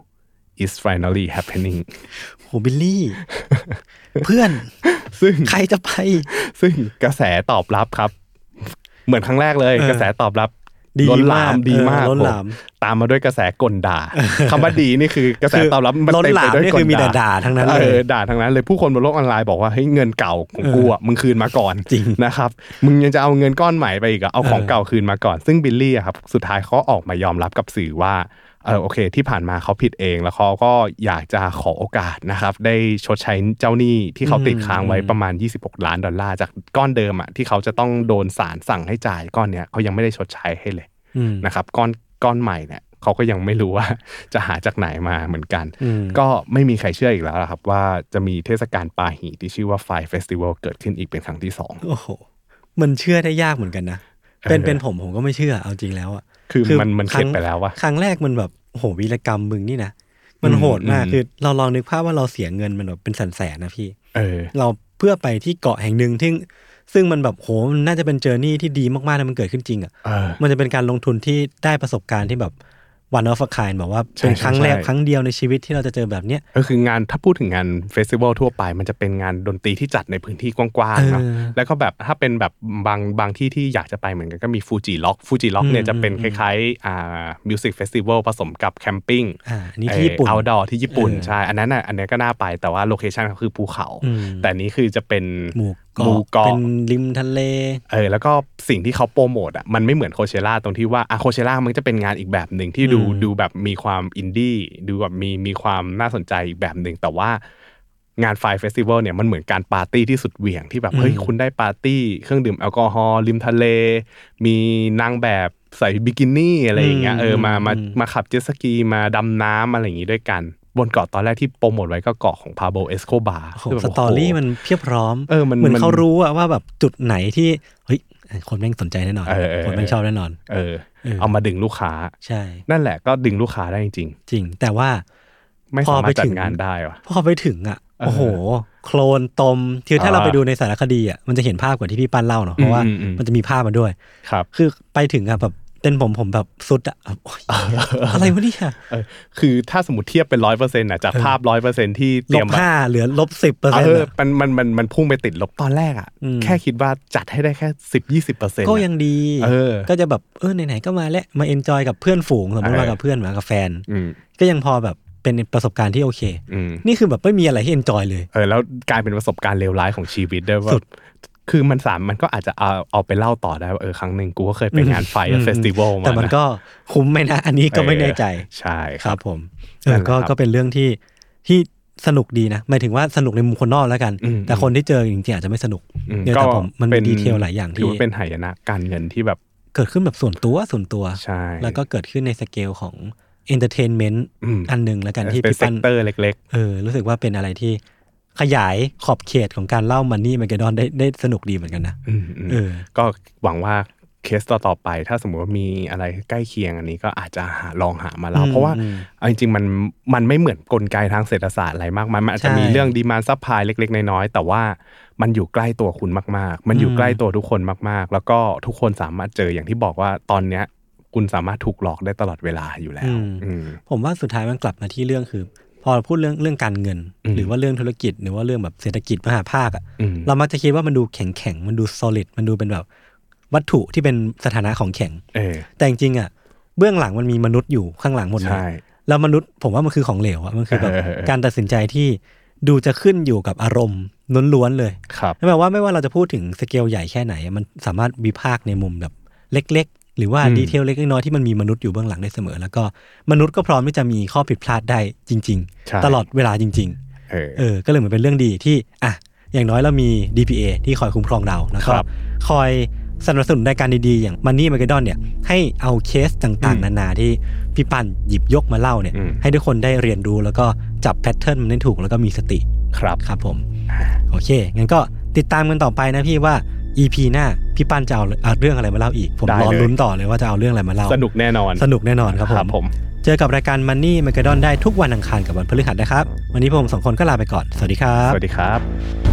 2 is finally happening โหบิลลี่ เพื่อนซึ่งใครจะไปซึ่งกระแสตอบรับครับเหมือนครั้งแรกเลยกระแสตอบรับล้นหลามดีมากตามมาด้วยกระแสกลด่าคำว่าดีนี่คือกระแสตอบรับมันเต็มไปด้วยกลด่าทั้งนั้นเลยด่าทั้งนั้นเลยผู้คนบนโลกออนไลน์บอกว่าเฮ้ยเงินเก่าของกูอ่ะมึงคืนมาก่อนนะครับมึงยังจะเอาเงินก้อนใหม่ไปอีกอ่ะเอาของเก่าคืนมาก่อนซึ่งบิลลี่อ่ะครับสุดท้ายเขาออกมายอมรับกับสื่อว่าโอเคที่ผ่านมาเขาผิดเองแล้วเขาก็อยากจะขอโอกาสนะครับได้ชดใช้เจ้าหนี้ที่เขาติดค้างไว้ประมาณ$26 ล้านจากก้อนเดิมอ่ะที่เขาจะต้องโดนศาลสั่งให้จ่ายก้อนเนี้ยเขายังไม่ได้ชดใช้ให้เลยนะครับก้อนใหม่เนี่ยเขาก็ยังไม่รู้ว่าจะหาจากไหนมาเหมือนกันก็ไม่มีใครเชื่ออีกแล้วครับว่าจะมีเทศกาลปาหีที่ชื่อว่า Fire Festival เกิดขึ้นอีกเป็นครั้งที่2 โอ้โหมันเชื่อได้ยากเหมือนกันนะเป็นผมก็ไม่เชื่อเอาจริงแล้วอ่ะคือมันเข็ดไปแล้วว่ะครั้งแรกมันแบบโอ้โหวีรกรรมมึงนี่นะมันโหดมากคือเราลองนึกภาพว่าเราเสียเงินมันแบบเป็นแสนๆนะพี่เราเพื่อไปที่เกาะแห่งหนึ่งซึ่งมันแบบโหมันน่าจะเป็นเจอร์นี่ที่ดีมากๆถ้ามันเกิดขึ้นจริงอ่ะมันจะเป็นการลงทุนที่ได้ประสบการณ์ที่แบบone of a kind บอกว่าเป็นครั้งแรกครั้งเดียวในชีวิตที่เราจะเจอแบบเนี้ยก็คืองานถ้าพูดถึงงานเฟสติวัลทั่วไปมันจะเป็นงานดนตรีที่จัดในพื้นที่กว้างๆเนาะแล้วก็แบบถ้าเป็นแบบบางที่ที่อยากจะไปเหมือนกันก็มีฟูจิล็อกเนี่ยจะเป็นคล้ายๆมิวสิกเฟสติวัลผสมกับแคมปิ้งนี่ที่ญี่ปุ่น outdoor ที่ญี่ปุ่นใช่อันนั้นก็น่าไปแต่ว่าโลเคชั่นก็คือภูเขาแต่นี้คือจะเป็นหมู่เกาะเป็นริมทะเลแล้วก็สิ่งที่เขาโปรโมทอ่ะมันไม่เหมือนโคเชล่าตรงที่ว่าโคเชล่ามันจะเป็นงานอีกแบบหนึ่งที่ดูแบบมีความอินดี้ดูแบบมีความน่าสนใจอีกแบบหนึ่งแต่ว่างานไฟเฟสติวัลเนี่ยมันเหมือนการปาร์ตี้ที่สุดเหวี่ยงที่แบบเฮ้ยคุณได้ปาร์ตี้เครื่องดื่มแอลกอฮอล์ริมทะเลมีนางแบบใส่บิกินี่อะไรอย่างเงี้ยมาขับเจ็ตสกีมาดำน้ำอะไรอย่างงี้ด้วยกันบนเกาะตอนแรกที่โปรโมทไว้ก็เกาะของพาโบเอสโคบาร์สตอรี่มันเพียบพร้อมเหมือนเขารู้ว่าแบบจุดไหนที่เฮ้ยคนแม่งสนใจแน่นอนคนแม่งชอบแน่นอนเอามาดึงลูกค้าใช่นั่นแหละก็ดึงลูกค้าได้จริงจริงแต่ว่าไม่สามารถจัดงานได้ว่ะพอไปถึงอ่ะโอ้โหโคลนตมคือถ้าเราไปดูในสารคดีอ่ะมันจะเห็นภาพกว่าที่พี่ปั้นเล่าเนาะเพราะว่ามันจะมีภาพมาด้วยครับคือไปถึงอ่ะแบบเต้นผมแบบสุดอ่ะอะไรวะเนี่ยคือถ้าสมมติเทียบเป็น 100% น่ะจากภาพ 100% ที่เตรียมมา5เหลือ -10%มันพุ่งไปติดลบตอนแรกอ่ะแค่คิดว่าจัดให้ได้แค่ 10-20% ก็ยังดีก็จะแบบไหนๆก็มาแล้วมาเอนจอยกับเพื่อนฝูงสมมติมากับเพื่อนมากับแฟนก็ยังพอแบบเป็นประสบการณ์ที่โอเคนี่คือแบบไม่มีอะไรให้เอนจอยเลยแล้วกลายเป็นประสบการณ์เลวร้ายของชีวิตด้วยว่าคือมันก็อาจจะเอาไปเล่าต่อได้ว่าครั้งหนึ่งกูก็เคยไปงานไฟเฟสติวัลมาแต่มันก็คุ้มไหมนะอันนี้ก็ไม่แน่ใจใช่ครับผมก็เป็นเรื่องที่สนุกดีนะหมายถึงว่าสนุกในมุมคนนอกแล้วกันแต่คนที่เจอจริงๆอาจจะไม่สนุกแต่ผมมันมีดีเทลหลายอย่างที่เป็นหายนะการเงินที่แบบเกิดขึ้นแบบส่วนตัวใช่แล้วก็เกิดขึ้นในสเกลของเอนเตอร์เทนเมนต์อันนึงแล้วกันที่พี่ปั้นเป็นเซกเตอร์เล็กๆรู้สึกว่าเป็นอะไรที่ขยายขอบเขตของการเล่ามันนี่แมกดอนได้สนุกดีเหมือนกันนะก็หวังว่าเคสต่อไปถ้าสมมติว่ามีอะไรใกล้เคียงอันนี้ก็อาจจะลองหามาเล่าเพราะว่าจริงๆมันไม่เหมือนกลไกทางเศรษฐศาสตร์อะไรมากมายมันอาจจะมีเรื่องดีมานด์ซัพพลายเล็กๆน้อยๆแต่ว่ามันอยู่ใกล้ตัวคุณมากๆมันอยู่ใกล้ตัวทุกคนมากๆแล้วก็ทุกคนสามารถเจออย่างที่บอกว่าตอนเนี้ยคุณสามารถถูกหลอกได้ตลอดเวลาอยู่แล้วผมว่าสุดท้ายมันกลับมาที่เรื่องคือพอพูดเรื่องการเงินหรือว่าเรื่องธุรกิจหรือว่าเรื่องแบบเศรษฐกิจมหาภาคอ่ะเรามักจะคิดว่ามันดูแข็งมันดู solid มันดูเป็นแบบวัตถุที่เป็นสถานะของแข็งแต่จริงๆอ่ะเบื้องหลังมันมีมนุษย์อยู่ข้างหลังหมดเลยแล้วมนุษย์ผมว่ามันคือของเหลวอ่ะมันคือแบบการตัดสินใจที่ดูจะขึ้นอยู่กับอารมณ์ล้วนๆเลยนั่นแปลว่าไม่ว่าเราจะพูดถึงสเกลใหญ่แค่ไหนมันสามารถวิพากษ์ในมุมแบบเล็กหรือว่าดีเทลเล็กน้อยที่มันมีมนุษย์อยู่เบื้องหลังได้เสมอแล้วก็มนุษย์ก็พร้อมที่จะมีข้อผิดพลาดได้จริงๆตลอดเวลาจริงๆก็เลยเหมือนเป็นเรื่องดีที่อย่างน้อยเรามี DPA ที่คอยคุ้มครองเราแล้วก็คอยสนับสนุนรายการดีๆอย่าง Money Mageddon เนี่ยให้เอาเคสต่างๆนานาที่พี่ปั้นหยิบยกมาเล่าเนี่ยให้ทุกคนได้เรียนรู้แล้วก็จับแพทเทิร์นมันได้ถูกแล้วก็มีสติครับผมโอเคงั้นก็ติดตามกันต่อไปนะพี่ว่าEP หน้าพี่ปั้นจะเอาเรื่องอะไรมาเล่าอีกผมรอลุ้นต่อเลยว่าจะเอาเรื่องอะไรมาเล่าสนุกแน่นอนครับผมเจอกับรายการ Money Mageddon ได้ทุกวันอังคารกับวันพฤหัสนะครับวันนี้ผม2คนก็ลาไปก่อนสวัสดีครับ